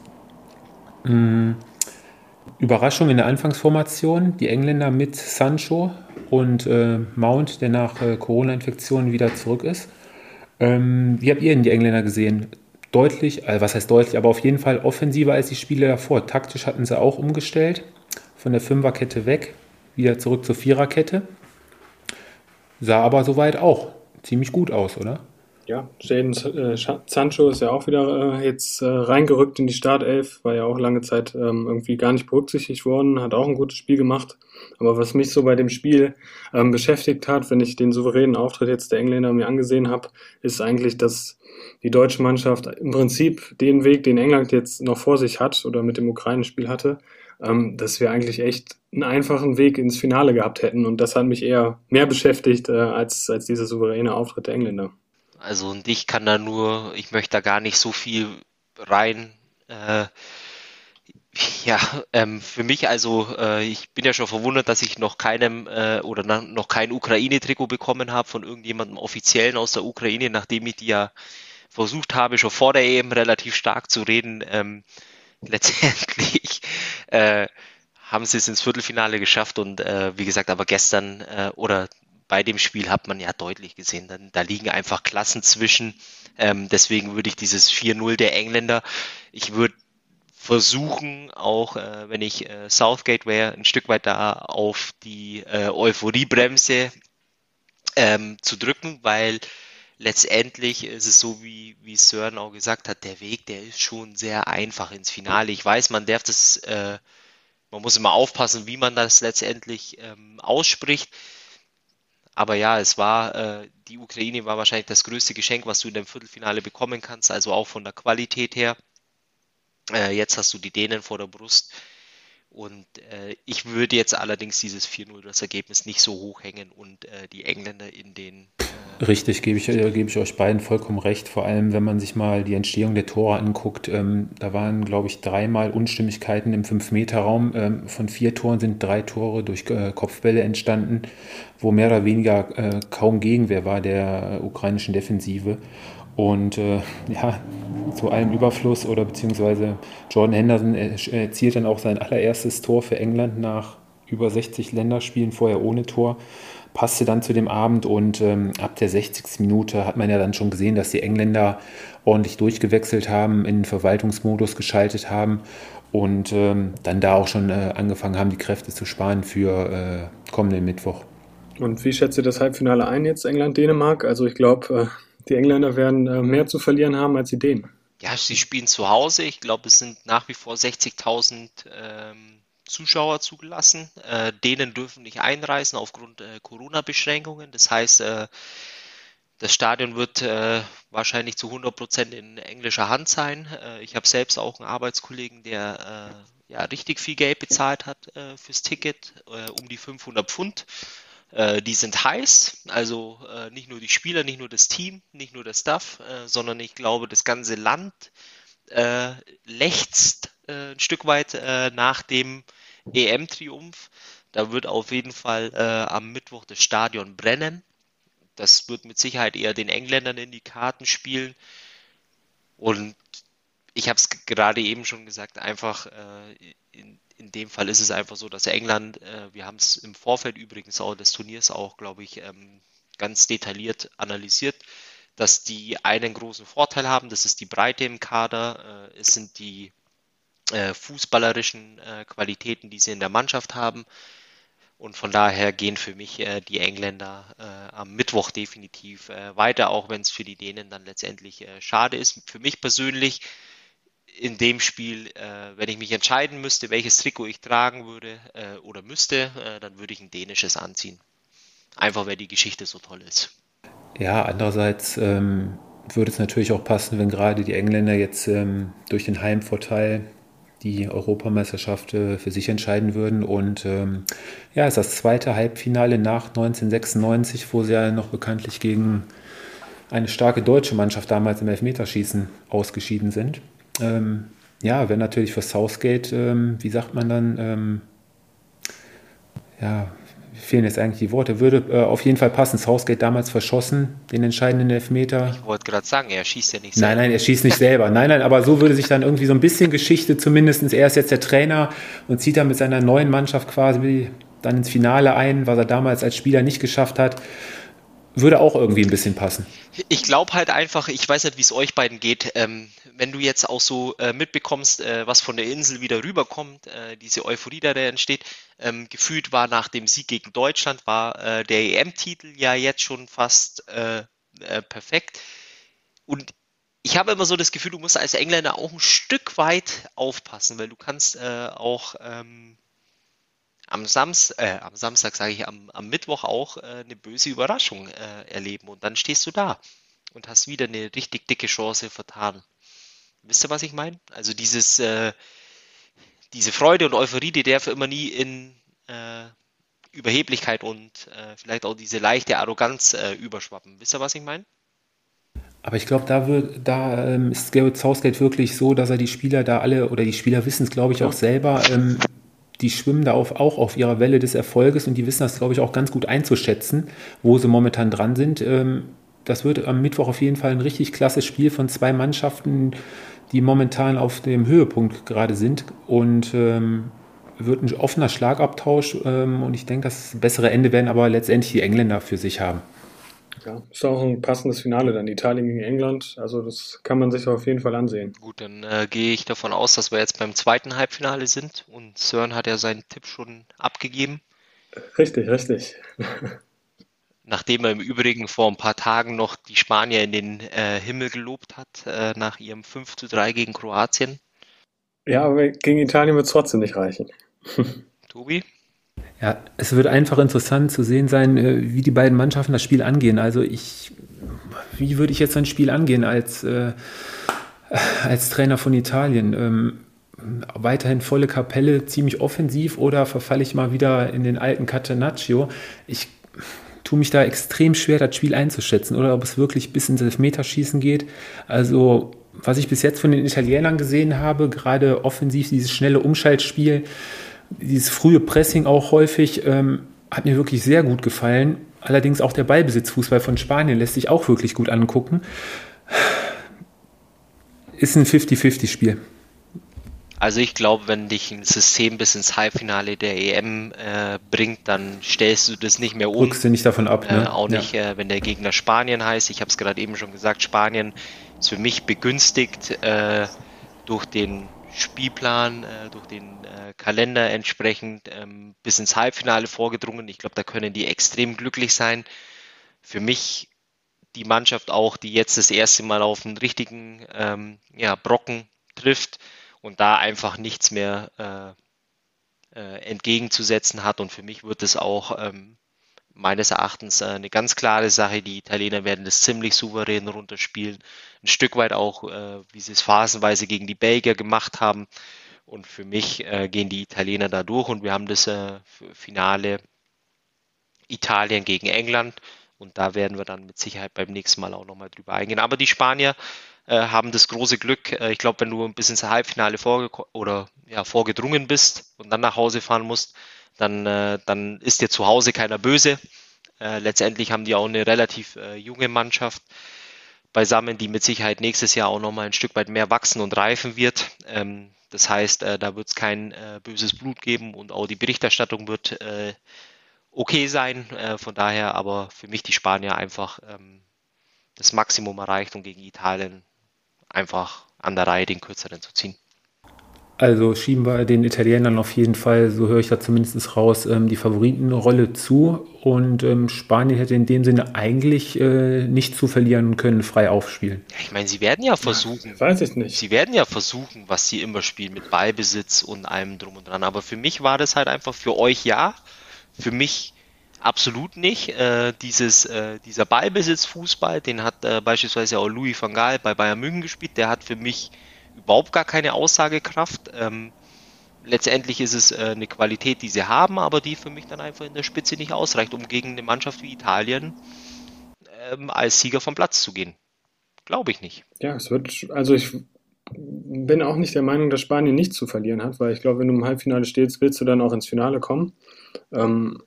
Ähm, Überraschung in der Anfangsformation. Die Engländer mit Sancho und äh, Mount, der nach äh, Corona-Infektionen wieder zurück ist. Ähm, wie habt ihr denn die Engländer gesehen? Deutlich, also was heißt deutlich, aber auf jeden Fall offensiver als die Spiele davor. Taktisch hatten sie auch umgestellt. Von der Fünferkette weg, wieder zurück zur Viererkette. Sah aber soweit auch ziemlich gut aus, oder? Ja, Jadon äh, Sancho ist ja auch wieder äh, jetzt äh, reingerückt in die Startelf, war ja auch lange Zeit ähm, irgendwie gar nicht berücksichtigt worden, hat auch ein gutes Spiel gemacht. Aber was mich so bei dem Spiel ähm, beschäftigt hat, wenn ich den souveränen Auftritt jetzt der Engländer mir angesehen habe, ist eigentlich, dass die deutsche Mannschaft im Prinzip den Weg, den England jetzt noch vor sich hat oder mit dem Ukraine-Spiel hatte, ähm, dass wir eigentlich echt einen einfachen Weg ins Finale gehabt hätten. Und das hat mich eher mehr beschäftigt äh, als, als dieser souveräne Auftritt der Engländer. Also und ich kann da nur, ich möchte da gar nicht so viel rein. Äh, ja, ähm, für mich also, äh, ich bin ja schon verwundert, dass ich noch keinem äh, oder na, noch kein Ukraine-Trikot bekommen habe von irgendjemandem Offiziellen aus der Ukraine, nachdem ich die ja versucht habe, schon vor der E M relativ stark zu reden. Ähm, letztendlich äh, haben sie es ins Viertelfinale geschafft und äh, wie gesagt, aber gestern äh, oder bei dem Spiel hat man ja deutlich gesehen, da, da liegen einfach Klassen zwischen. Ähm, deswegen würde ich dieses vier null der Engländer, ich würde versuchen, auch äh, wenn ich äh, Southgate wäre, ein Stück weit da auf die äh, Euphoriebremse ähm, zu drücken, weil letztendlich ist es so, wie, wie Sören auch gesagt hat, der Weg, der ist schon sehr einfach ins Finale. Ich weiß, man darf das, äh, man muss immer aufpassen, wie man das letztendlich ähm, ausspricht. Aber ja, es war, äh, die Ukraine war wahrscheinlich das größte Geschenk, was du in dem Viertelfinale bekommen kannst, also auch von der Qualität her. Äh, jetzt hast du die Dänen vor der Brust. Und äh, ich würde jetzt allerdings dieses vier null, das Ergebnis, nicht so hoch hängen und äh, die Engländer in den... Äh, Richtig, gebe ich, äh, gebe ich euch beiden vollkommen recht. Vor allem, wenn man sich mal die Entstehung der Tore anguckt. Ähm, da waren, glaube ich, dreimal Unstimmigkeiten im fünf-Meter-Raum. Ähm, von vier Toren sind drei Tore durch äh, Kopfbälle entstanden, wo mehr oder weniger äh, kaum Gegenwehr war der äh, ukrainischen Defensive. Und äh, ja, zu allem Überfluss oder beziehungsweise Jordan Henderson erzielt dann auch sein allererstes Tor für England nach über sechzig Länderspielen, vorher ohne Tor, passte dann zu dem Abend und ähm, ab der sechzigsten Minute hat man ja dann schon gesehen, dass die Engländer ordentlich durchgewechselt haben, in den Verwaltungsmodus geschaltet haben und ähm, dann da auch schon äh, angefangen haben, die Kräfte zu sparen für äh, kommenden Mittwoch. Und wie schätzt ihr das Halbfinale ein jetzt, England-Dänemark? Also ich glaube... Äh Die Engländer werden äh, mehr zu verlieren haben als die Dänen. Ja, sie spielen zu Hause. Ich glaube, es sind nach wie vor sechzigtausend ähm, Zuschauer zugelassen. Äh, Dänen dürfen nicht einreisen aufgrund äh, Corona-Beschränkungen. Das heißt, äh, das Stadion wird äh, wahrscheinlich zu hundert Prozent in englischer Hand sein. Äh, ich habe selbst auch einen Arbeitskollegen, der äh, ja richtig viel Geld bezahlt hat äh, fürs Ticket, äh, um die fünfhundert Pfund. Äh, die sind heiß, also äh, nicht nur die Spieler, nicht nur das Team, nicht nur der Staff, äh, sondern ich glaube, das ganze Land äh, lechzt äh, ein Stück weit äh, nach dem E M-Triumph. Da wird auf jeden Fall äh, am Mittwoch das Stadion brennen. Das wird mit Sicherheit eher den Engländern in die Karten spielen. Und ich habe es gerade eben schon gesagt, einfach äh, in, in dem Fall ist es einfach so, dass England, äh, wir haben es im Vorfeld übrigens auch des Turniers auch, glaube ich, ähm, ganz detailliert analysiert, dass die einen großen Vorteil haben, das ist die Breite im Kader, äh, es sind die äh, fußballerischen äh, Qualitäten, die sie in der Mannschaft haben. Und von daher gehen für mich äh, die Engländer äh, am Mittwoch definitiv äh, weiter, auch wenn es für die Dänen dann letztendlich äh, schade ist. Für mich persönlich in dem Spiel, äh, wenn ich mich entscheiden müsste, welches Trikot ich tragen würde äh, oder müsste, äh, dann würde ich ein dänisches anziehen. Einfach, weil die Geschichte so toll ist. Ja, andererseits ähm, würde es natürlich auch passen, wenn gerade die Engländer jetzt ähm, durch den Heimvorteil die Europameisterschaft äh, für sich entscheiden würden. Und ähm, ja, es ist das zweite Halbfinale nach neunzehnhundertsechsundneunzig, wo sie ja noch bekanntlich gegen eine starke deutsche Mannschaft damals im Elfmeterschießen ausgeschieden sind. Ähm, ja, wäre natürlich für Southgate, ähm, wie sagt man dann, ähm, ja, fehlen jetzt eigentlich die Worte, würde äh, auf jeden Fall passen. Southgate damals verschossen, den entscheidenden Elfmeter. Ich wollte gerade sagen, er schießt ja nicht selber. Nein, nein, er schießt nicht selber. Nein, nein, aber so würde sich dann irgendwie so ein bisschen Geschichte zumindest, er ist jetzt der Trainer und zieht dann mit seiner neuen Mannschaft quasi dann ins Finale ein, was er damals als Spieler nicht geschafft hat. Würde auch irgendwie ein bisschen passen. Ich glaube halt einfach, ich weiß nicht, wie es euch beiden geht, ähm, wenn du jetzt auch so äh, mitbekommst, äh, was von der Insel wieder rüberkommt, äh, diese Euphorie, da entsteht, ähm, gefühlt war nach dem Sieg gegen Deutschland, war äh, der E M-Titel ja jetzt schon fast äh, äh, perfekt. Und ich habe immer so das Gefühl, du musst als Engländer auch ein Stück weit aufpassen, weil du kannst äh, auch ähm, am, Samst, äh, am Samstag, sage ich, am, am Mittwoch auch äh, eine böse Überraschung äh, erleben. Und dann stehst du da und hast wieder eine richtig dicke Chance vertan. Wisst ihr, was ich meine? Also dieses, äh, diese Freude und Euphorie, die darf immer nie in äh, Überheblichkeit und äh, vielleicht auch diese leichte Arroganz äh, überschwappen. Wisst ihr, was ich meine? Aber ich glaube, da, wird, da ähm, ist Gareth Southgate wirklich so, dass er die Spieler da alle, oder die Spieler wissen es, glaube ich, auch selber, ähm, die schwimmen da auf, auch auf ihrer Welle des Erfolges und die wissen das, glaube ich, auch ganz gut einzuschätzen, wo sie momentan dran sind. Ähm, das wird am Mittwoch auf jeden Fall ein richtig klasse Spiel von zwei Mannschaften, die momentan auf dem Höhepunkt gerade sind und ähm, wird ein offener Schlagabtausch ähm, und ich denke, das bessere Ende werden aber letztendlich die Engländer für sich haben. Ja, ist auch ein passendes Finale dann, Italien gegen England, also das kann man sich auf jeden Fall ansehen. Gut, dann äh, gehe ich davon aus, dass wir jetzt beim zweiten Halbfinale sind und Sören hat ja seinen Tipp schon abgegeben. Richtig, richtig. Nachdem er im Übrigen vor ein paar Tagen noch die Spanier in den äh, Himmel gelobt hat, äh, nach ihrem fünf zu drei gegen Kroatien. Ja, aber gegen Italien wird es trotzdem nicht reichen. Tobi? Ja, es wird einfach interessant zu sehen sein, wie die beiden Mannschaften das Spiel angehen. Also ich, wie würde ich jetzt ein Spiel angehen als, äh, als Trainer von Italien? Ähm, weiterhin volle Kapelle, ziemlich offensiv oder verfalle ich mal wieder in den alten Catenaccio? Ich tue mich da extrem schwer, das Spiel einzuschätzen oder ob es wirklich bis ins Elfmeterschießen geht. Also was ich bis jetzt von den Italienern gesehen habe, gerade offensiv dieses schnelle Umschaltspiel, dieses frühe Pressing auch häufig, ähm, hat mir wirklich sehr gut gefallen. Allerdings auch der Ballbesitzfußball von Spanien lässt sich auch wirklich gut angucken. Ist ein fünfzig fünfzig Spiel. Also ich glaube, wenn dich ein System bis ins Halbfinale der E M äh, bringt, dann stellst du das nicht mehr um. Rückst du nicht davon ab, ne? Äh, auch nicht, ja. äh, wenn der Gegner Spanien heißt. Ich habe es gerade eben schon gesagt, Spanien ist für mich begünstigt äh, durch den Spielplan, äh, durch den äh, Kalender entsprechend ähm, bis ins Halbfinale vorgedrungen. Ich glaube, da können die extrem glücklich sein. Für mich die Mannschaft auch, die jetzt das erste Mal auf einen richtigen ähm, ja, Brocken trifft und da einfach nichts mehr äh, entgegenzusetzen hat. Und für mich wird es auch ähm, meines Erachtens äh, eine ganz klare Sache. Die Italiener werden das ziemlich souverän runterspielen. Ein Stück weit auch, äh, wie sie es phasenweise gegen die Belgier gemacht haben. Und für mich äh, gehen die Italiener da durch und wir haben das äh, Finale Italien gegen England und da werden wir dann mit Sicherheit beim nächsten Mal auch nochmal drüber eingehen. Aber die Spanier äh, haben das große Glück, äh, ich glaube, wenn du bis ins Halbfinale vorge oder, ja, vorgedrungen bist und dann nach Hause fahren musst, dann, äh, dann ist dir zu Hause keiner böse. Äh, letztendlich haben die auch eine relativ äh, junge Mannschaft beisammen, die mit Sicherheit nächstes Jahr auch nochmal ein Stück weit mehr wachsen und reifen wird. Ähm, das heißt, äh, da wird es kein äh, böses Blut geben und auch die Berichterstattung wird äh, okay sein. Äh, von daher aber für mich die Spanier einfach ähm, das Maximum erreicht und gegen Italien einfach an der Reihe den Kürzeren zu ziehen. Also schieben wir den Italienern auf jeden Fall, so höre ich da zumindest raus, ähm, die Favoritenrolle zu. Und ähm, Spanien hätte in dem Sinne eigentlich äh, nicht zu verlieren können, frei aufspielen. Ja, ich meine, sie werden ja versuchen. Ja, weiß ich nicht. Sie werden ja versuchen, was sie immer spielen, mit Ballbesitz und allem drum und dran. Aber für mich war das halt einfach für euch ja, für mich absolut nicht. Äh, dieses, äh, dieser Ballbesitz-Fußball, den hat äh, beispielsweise auch Louis van Gaal bei Bayern München gespielt, der hat für mich überhaupt gar keine Aussagekraft. Ähm, letztendlich ist es äh, eine Qualität, die sie haben, aber die für mich dann einfach in der Spitze nicht ausreicht, um gegen eine Mannschaft wie Italien ähm, als Sieger vom Platz zu gehen. Glaube ich nicht. Ja, es wird, also ich bin auch nicht der Meinung, dass Spanien nichts zu verlieren hat, weil ich glaube, wenn du im Halbfinale stehst, willst du dann auch ins Finale kommen. Ähm,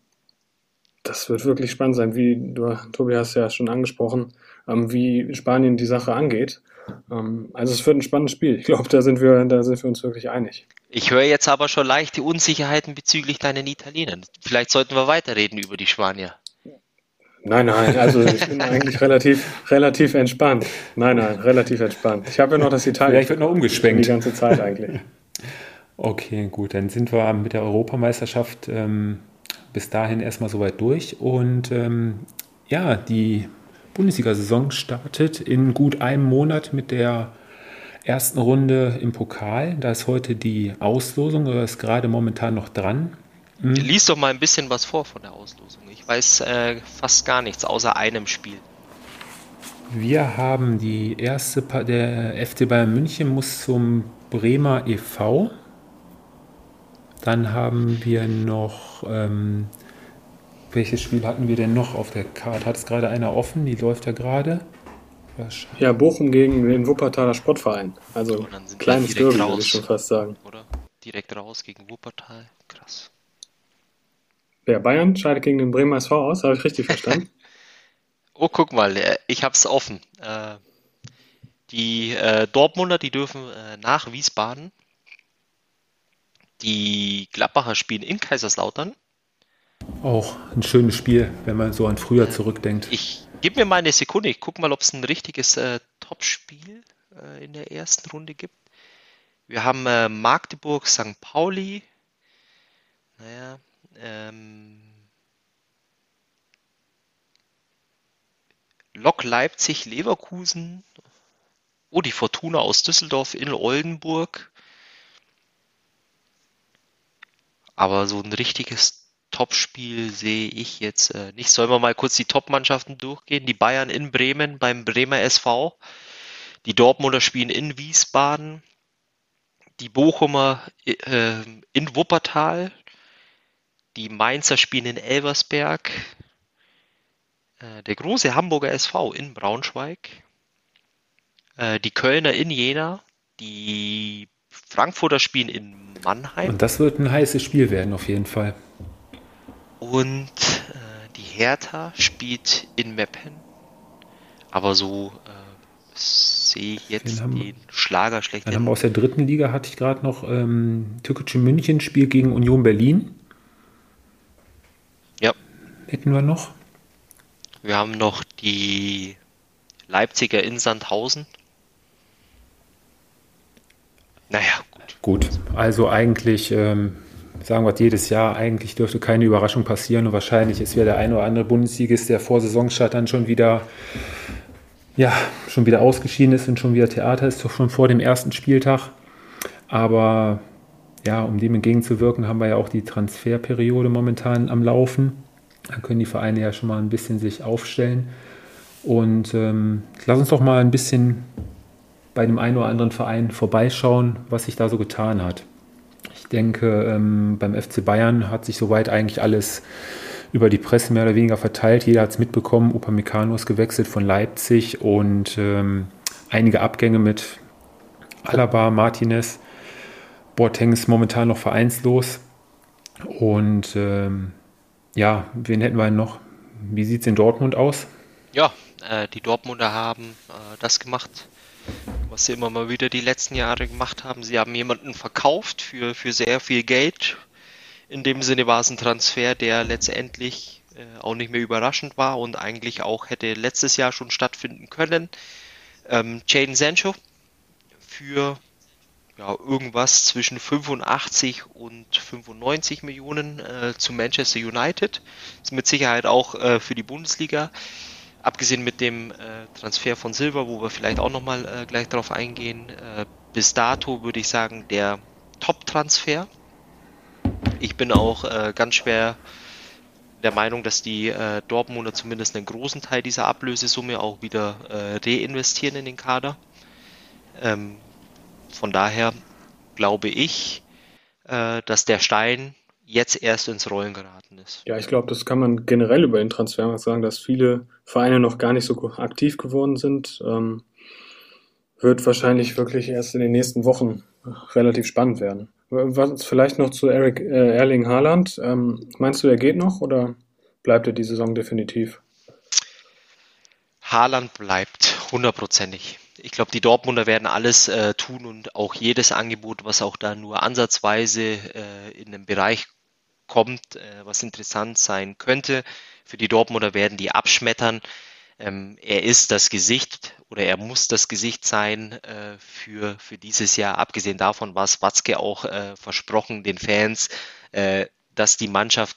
das wird wirklich spannend sein, wie du, Tobi, hast ja schon angesprochen, ähm, wie Spanien die Sache angeht. Ähm, also es wird ein spannendes Spiel. Ich glaube, da sind wir, da sind wir uns wirklich einig. Ich höre jetzt aber schon leicht die Unsicherheiten bezüglich deinen Italienern. Vielleicht sollten wir weiterreden über die Spanier. Nein, nein, also ich bin eigentlich relativ, relativ entspannt. Nein, nein, relativ entspannt. Ich habe ja noch das Italien. Vielleicht wird noch umgeschwenkt. Die ganze Zeit eigentlich. Okay, gut, dann sind wir mit der Europameisterschaft ähm, bis dahin erstmal soweit durch. Und ähm, ja, die Bundesliga-Saison startet in gut einem Monat mit der ersten Runde im Pokal. Da ist heute die Auslosung, oder ist gerade momentan noch dran. Hm. Lies doch mal ein bisschen was vor von der Auslosung. Ich weiß äh, fast gar nichts, außer einem Spiel. Wir haben die erste, pa- der F C Bayern München muss zum Bremer e V. Dann haben wir noch, ähm, welches Spiel hatten wir denn noch auf der Karte? Hat es gerade einer offen? Die läuft ja gerade. Ja, Bochum gegen den Wuppertaler Sportverein. Also So, dann sind wir kleines direkt Derby, raus. würde ich schon fast sagen. Oder? Direkt raus gegen Wuppertal. Krass. Ja, Bayern scheidet gegen den Bremer S V aus, habe ich richtig verstanden? Oh, guck mal, äh, ich hab's offen. Äh, die äh, Dortmunder, die dürfen äh, nach Wiesbaden. Die Gladbacher spielen in Kaiserslautern. Auch ein schönes Spiel, wenn man so an früher zurückdenkt. Ich gebe mir mal eine Sekunde, ich gucke mal, ob es ein richtiges äh, Topspiel äh, in der ersten Runde gibt. Wir haben äh, Magdeburg, Sankt Pauli. Naja, ähm, Lok Leipzig, Leverkusen. Oh, die Fortuna aus Düsseldorf in Oldenburg. Aber so ein richtiges Topspiel sehe ich jetzt äh, nicht. Sollen wir mal kurz die Top-Mannschaften durchgehen? Die Bayern in Bremen beim Bremer S V. Die Dortmunder spielen in Wiesbaden. Die Bochumer äh, in Wuppertal. Die Mainzer spielen in Elversberg. Äh, der große Hamburger S V in Braunschweig. Äh, die Kölner in Jena. Die Frankfurter spielen in Mannheim. Und das wird ein heißes Spiel werden, auf jeden Fall. Und äh, die Hertha spielt in Meppen. Aber so äh, sehe ich jetzt Den haben- den Schlager Dann haben schlechthin. wir aus der dritten Liga, hatte ich gerade noch ähm, Türkische München, Spiel gegen Union Berlin. Ja, Hätten wir noch. wir haben noch die Leipziger in Sandhausen. Naja, gut. Gut, also eigentlich, ähm, sagen wir jedes Jahr, eigentlich dürfte keine Überraschung passieren und wahrscheinlich ist wieder der ein oder andere Bundesligist, der vor Saisonstart dann schon wieder, ja, schon wieder ausgeschieden ist und schon wieder Theater ist, doch schon vor dem ersten Spieltag. Aber ja, um dem entgegenzuwirken, haben wir ja auch die Transferperiode momentan am Laufen. Dann können die Vereine ja schon mal ein bisschen sich aufstellen. Und ähm, lass uns doch mal ein bisschen bei dem einen oder anderen Verein vorbeischauen, was sich da so getan hat. Ich denke, ähm, beim F C Bayern hat sich soweit eigentlich alles über die Presse mehr oder weniger verteilt. Jeder hat es mitbekommen. Upamecano ist gewechselt von Leipzig und ähm, einige Abgänge mit Alaba, Martinez. Boateng ist momentan noch vereinslos. Und ähm, ja, wen hätten wir denn noch? Wie sieht es in Dortmund aus? Ja, äh, die Dortmunder haben äh, das gemacht, was sie immer mal wieder die letzten Jahre gemacht haben. Sie haben jemanden verkauft für, für sehr viel Geld. In dem Sinne war es ein Transfer, der letztendlich äh, auch nicht mehr überraschend war und eigentlich auch hätte letztes Jahr schon stattfinden können. Ähm, Jadon Sancho für ja, irgendwas zwischen fünfundachtzig und fünfundneunzig Millionen äh, zu Manchester United. Ist mit Sicherheit auch äh, für die Bundesliga. Abgesehen mit dem äh, Transfer von Silva, wo wir vielleicht auch nochmal äh, gleich drauf eingehen, äh, bis dato würde ich sagen, der Top-Transfer. Ich bin auch äh, ganz schwer der Meinung, dass die äh, Dortmunder zumindest einen großen Teil dieser Ablösesumme auch wieder äh, reinvestieren in den Kader. Ähm, von daher glaube ich, äh, dass der Stein jetzt erst ins Rollen geraten ist. Ja, ich glaube, das kann man generell über den Transfermarkt sagen, dass viele Vereine noch gar nicht so aktiv geworden sind. Ähm, wird wahrscheinlich wirklich erst in den nächsten Wochen relativ spannend werden. Was vielleicht noch zu Eric, äh, Erling Haaland. Ähm, meinst du, er geht noch oder bleibt er die Saison definitiv? Haaland bleibt hundertprozentig. Ich glaube, die Dortmunder werden alles äh, tun und auch jedes Angebot, was auch da nur ansatzweise äh, in den Bereich kommt, äh, was interessant sein könnte. Für die Dortmunder werden die abschmettern. Ähm, er ist das Gesicht oder er muss das Gesicht sein äh, für, für dieses Jahr. Abgesehen davon war es Watzke auch äh, versprochen, den Fans, äh, dass die Mannschaft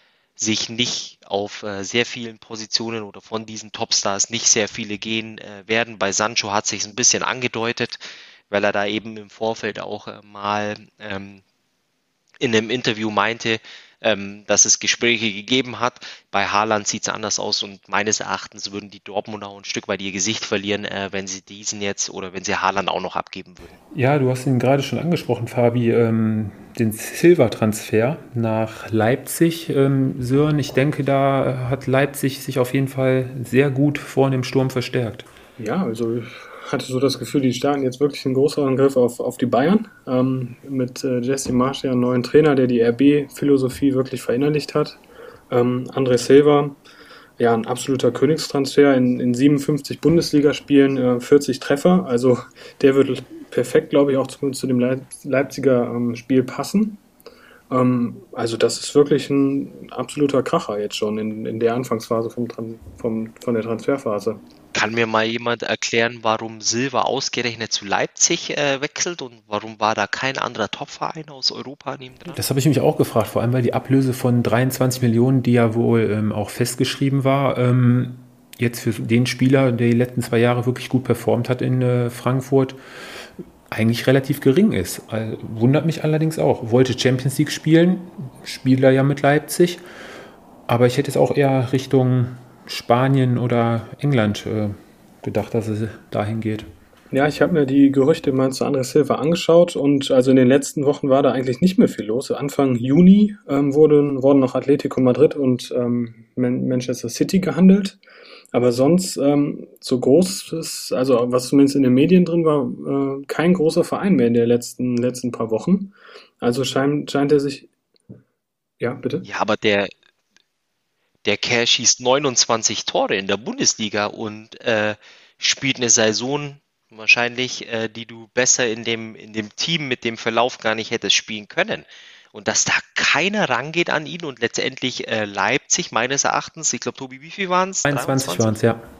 sich nicht auf äh, sehr vielen Positionen oder von diesen Topstars nicht sehr viele gehen äh, werden. Bei Sancho hat sich ein bisschen angedeutet, weil er da eben im Vorfeld auch äh, mal ähm, in einem Interview meinte, ähm, dass es Gespräche gegeben hat. Bei Haaland sieht es anders aus und meines Erachtens würden die Dortmunder auch ein Stück weit ihr Gesicht verlieren, äh, wenn sie diesen jetzt oder wenn sie Haaland auch noch abgeben würden. Ja, du hast ihn gerade schon angesprochen, Fabi, ähm, den Silva-Transfer nach Leipzig. Ähm, Sören, ich denke, da hat Leipzig sich auf jeden Fall sehr gut vorne im Sturm verstärkt. Ja, also ich hatte so das Gefühl, die starten jetzt wirklich einen größeren Griff auf, auf die Bayern. Ähm, mit äh, Jesse Marsch, einen neuen Trainer, der die R B-Philosophie wirklich verinnerlicht hat. Ähm, André Silva, ja, ein absoluter Königstransfer in, in siebenundfünfzig Bundesligaspielen, äh, vierzig Treffer. Also der wird perfekt, glaube ich, auch zu, zu dem Leip- Leipziger ähm, Spiel passen. Ähm, also das ist wirklich ein absoluter Kracher jetzt schon in, in der Anfangsphase vom, Tran- vom, von der Transferphase. Kann mir mal jemand erklären, warum Silva ausgerechnet zu Leipzig äh, wechselt und warum war da kein anderer Topverein aus Europa neben dran? Das habe ich mich auch gefragt, vor allem weil die Ablöse von dreiundzwanzig Millionen, die ja wohl ähm, auch festgeschrieben war, ähm, jetzt für den Spieler, der die letzten zwei Jahre wirklich gut performt hat in äh, Frankfurt, eigentlich relativ gering ist. Also, wundert mich allerdings auch. Wollte Champions League spielen, spielt er ja mit Leipzig, aber ich hätte es auch eher Richtung Spanien oder England äh, gedacht, dass es dahin geht. Ja, ich habe mir die Gerüchte mal zu André Silva angeschaut und also in den letzten Wochen war da eigentlich nicht mehr viel los. Anfang Juni ähm, wurden, wurden noch Atletico Madrid und ähm, Man- Manchester City gehandelt. Aber sonst ähm, so groß ist, also was zumindest in den Medien drin war, äh, kein großer Verein mehr in den letzten, letzten paar Wochen. Also scheint, scheint er sich. Ja, bitte? Ja, aber der, der Kerl schießt neunundzwanzig Tore in der Bundesliga und äh, spielt eine Saison wahrscheinlich, äh, die du besser in dem, in dem Team mit dem Verlauf gar nicht hättest spielen können. Und dass da keiner rangeht an ihn und letztendlich äh, Leipzig meines Erachtens, ich glaube, Tobi, wie viel waren es? einundzwanzig waren es, ja.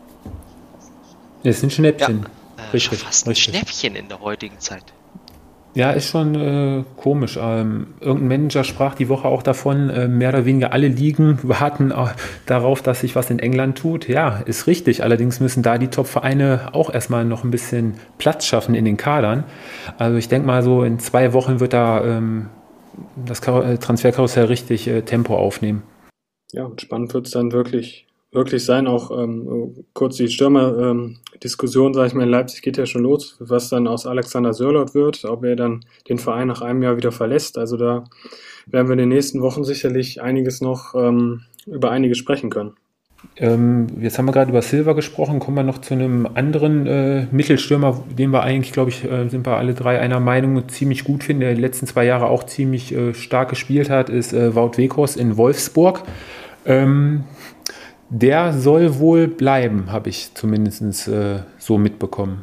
Das sind Schnäppchen. Ja, äh, Richtig, schon fast ein richtig. Schnäppchen in der heutigen Zeit. Ja, ist schon äh, komisch. Ähm, irgendein Manager sprach die Woche auch davon, äh, mehr oder weniger alle Ligen warten äh, darauf, dass sich was in England tut. Ja, ist richtig. Allerdings müssen da die Top-Vereine auch erstmal noch ein bisschen Platz schaffen in den Kadern. Also ich denke mal, so in zwei Wochen wird da ähm, das Kar- Transferkarussell richtig äh, Tempo aufnehmen. Ja, und spannend wird es dann wirklich, wirklich sein. Auch ähm, kurz die Stürmer-Diskussion, sage ich mal, in Leipzig geht ja schon los, was dann aus Alexander Sörloth wird, ob er dann den Verein nach einem Jahr wieder verlässt. Also da werden wir in den nächsten Wochen sicherlich einiges noch ähm, über einiges sprechen können. Ähm, jetzt haben wir gerade über Silva gesprochen, kommen wir noch zu einem anderen äh, Mittelstürmer, den wir eigentlich, glaube ich, äh, sind wir alle drei einer Meinung, ziemlich gut finden, der die letzten zwei Jahre auch ziemlich äh, stark gespielt hat, ist äh, Wout Weghorst in Wolfsburg. Ähm, der soll wohl bleiben, habe ich zumindest äh, so mitbekommen.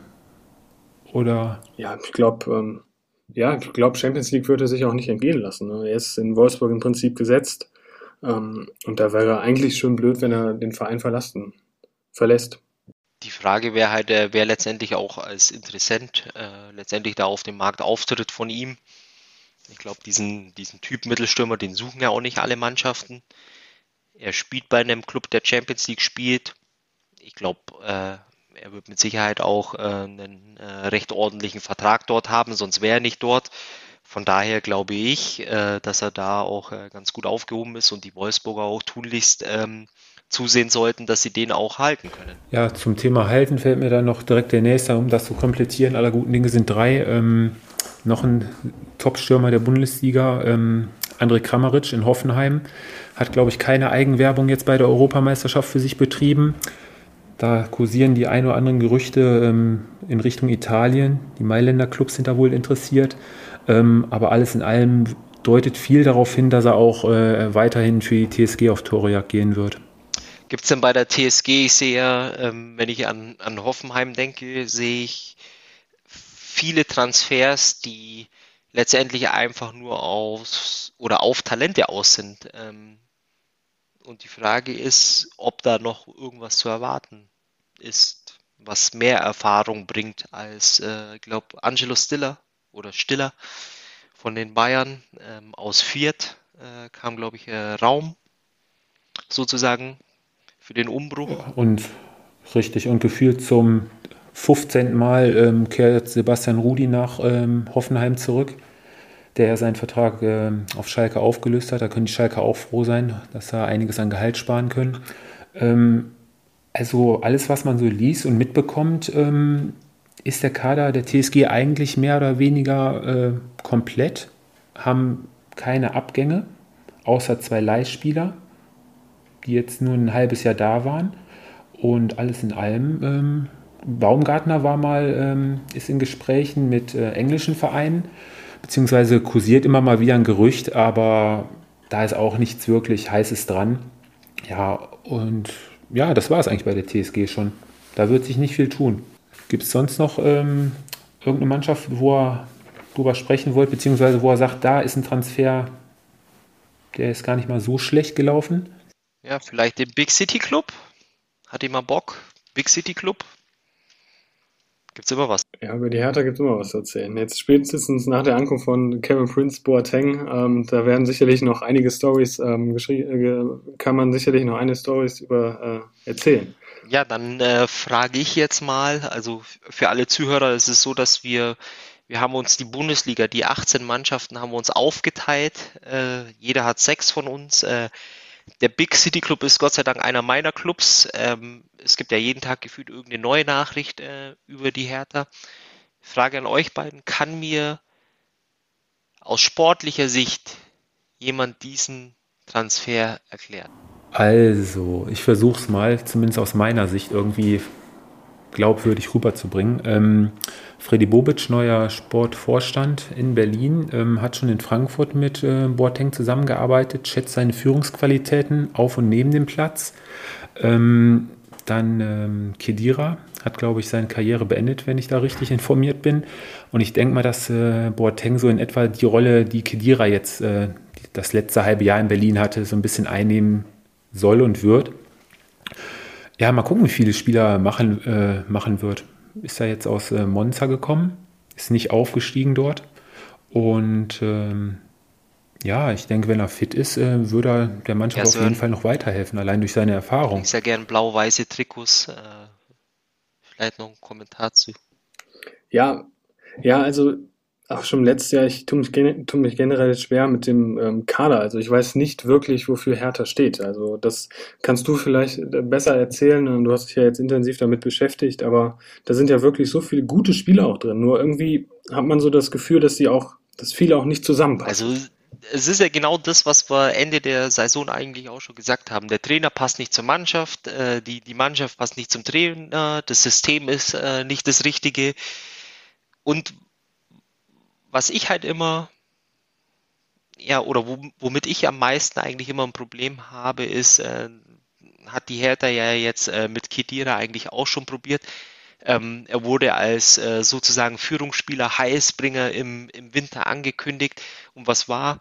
Oder? Ja, ich glaube, ähm, ja, ich glaube, Champions League würde er sich auch nicht entgehen lassen. Ne? Er ist in Wolfsburg im Prinzip gesetzt. Ähm, und da wäre eigentlich schon blöd, wenn er den Verein verlassen, verlässt. Die Frage wäre halt, äh, wer letztendlich auch als Interessent äh, letztendlich da auf dem Markt auftritt von ihm. Ich glaube, diesen, diesen Typ Mittelstürmer, den suchen ja auch nicht alle Mannschaften. Er spielt bei einem Club, der Champions League spielt. Ich glaube, äh, er wird mit Sicherheit auch äh, einen äh, recht ordentlichen Vertrag dort haben, sonst wäre er nicht dort. Von daher glaube ich, äh, dass er da auch äh, ganz gut aufgehoben ist und die Wolfsburger auch tunlichst ähm, zusehen sollten, dass sie den auch halten können. Ja, zum Thema halten fällt mir dann noch direkt der nächste, um das zu komplettieren. Aller guten Dinge sind drei. Ähm, noch ein Top-Stürmer der Bundesliga, ähm, André Kramaric in Hoffenheim, hat, glaube ich, keine Eigenwerbung jetzt bei der Europameisterschaft für sich betrieben. Da kursieren die ein oder anderen Gerüchte ähm, in Richtung Italien. Die Mailänder Clubs sind da wohl interessiert. Ähm, aber alles in allem deutet viel darauf hin, dass er auch äh, weiterhin für die T S G auf Torejagd gehen wird. Gibt es denn bei der T S G, ich sehe ja, ähm, wenn ich an, an Hoffenheim denke, sehe ich viele Transfers, die letztendlich einfach nur aus oder auf Talente aus sind. Ähm, und die Frage ist, ob da noch irgendwas zu erwarten ist, was mehr Erfahrung bringt als, äh, ich glaube, Angelo Stiller oder Stiller von den Bayern ähm, aus Fürth äh, kam, glaube ich, äh, Raum sozusagen für den Umbruch. Und richtig, und gefühlt zum fünfzehnten Mal ähm, kehrt Sebastian Rudi nach ähm, Hoffenheim zurück, der ja seinen Vertrag ähm, auf Schalke aufgelöst hat. Da können die Schalke auch froh sein, dass sie einiges an Gehalt sparen können. Ähm, also alles, was man so liest und mitbekommt, ähm, ist der Kader der T S G eigentlich mehr oder weniger äh, komplett, haben keine Abgänge, außer zwei Leihspieler, die jetzt nur ein halbes Jahr da waren. Und alles in allem, ähm, Baumgartner war mal, ähm, ist in Gesprächen mit äh, englischen Vereinen, beziehungsweise kursiert immer mal wieder ein Gerücht, aber da ist auch nichts wirklich Heißes dran. Ja, und ja, das war es eigentlich bei der T S G schon. Da wird sich nicht viel tun. Gibt es sonst noch ähm, irgendeine Mannschaft, wo er drüber sprechen wollt, beziehungsweise wo er sagt, da ist ein Transfer, der ist gar nicht mal so schlecht gelaufen? Ja, vielleicht den Big City Club. Hat jemand Bock? Big City Club? Gibt's immer was? Ja, über die Hertha gibt es immer was zu erzählen. Jetzt spätestens nach der Ankunft von Kevin Prince Boateng, ähm, da werden sicherlich noch einige Stories, ähm, äh, kann man sicherlich noch einige Stories über äh, erzählen. Ja, dann äh, frage ich jetzt mal, also für alle Zuhörer ist es so, dass wir, wir haben uns die Bundesliga, die achtzehn Mannschaften haben wir uns aufgeteilt, äh, jeder hat sechs von uns, äh, der Big City Club ist Gott sei Dank einer meiner Clubs, ähm, es gibt ja jeden Tag gefühlt irgendeine neue Nachricht äh, über die Hertha. Frage an euch beiden, kann mir aus sportlicher Sicht jemand diesen Transfer erklären? Also, ich versuche es mal, zumindest aus meiner Sicht irgendwie glaubwürdig rüberzubringen. Ähm, Freddy Bobic, neuer Sportvorstand in Berlin, ähm, hat schon in Frankfurt mit äh, Boateng zusammengearbeitet, schätzt seine Führungsqualitäten auf und neben dem Platz. Ähm, dann ähm, Khedira hat, glaube ich, seine Karriere beendet, wenn ich da richtig informiert bin. Und ich denke mal, dass äh, Boateng so in etwa die Rolle, die Khedira jetzt äh, das letzte halbe Jahr in Berlin hatte, so ein bisschen einnehmen soll und wird. Ja, mal gucken, wie viele Spieler machen, äh, machen wird. Ist er jetzt aus äh, Monza gekommen, ist nicht aufgestiegen dort Und ähm, ja, ich denke, wenn er fit ist, äh, würde er der Mannschaft Ja, auf jeden Sören, Fall noch weiterhelfen, allein durch seine du Erfahrung. trägst ja gern blau-weiße Trikots. Äh, vielleicht noch ein Kommentar zu. Ja, ja, also auch schon letztes Jahr, ich tue mich, gen tu mich generell schwer mit dem ähm, Kader. Also ich weiß nicht wirklich, wofür Hertha steht. Also das kannst du vielleicht äh, besser erzählen. Ähm, Du hast dich ja jetzt intensiv damit beschäftigt, aber da sind ja wirklich so viele gute Spieler auch drin. Nur irgendwie hat man so das Gefühl, dass die auch, dass viele auch nicht zusammenpassen. Also es ist ja genau das, was wir Ende der Saison eigentlich auch schon gesagt haben. Der Trainer passt nicht zur Mannschaft, äh, die, die Mannschaft passt nicht zum Trainer, das System ist äh, nicht das Richtige. Und was ich halt immer, ja, oder wo, womit ich am meisten eigentlich immer ein Problem habe, ist, äh, hat die Hertha ja jetzt äh, mit Khedira eigentlich auch schon probiert. Ähm, er wurde als äh, sozusagen Führungsspieler, Heilsbringer im, im Winter angekündigt. Und was war?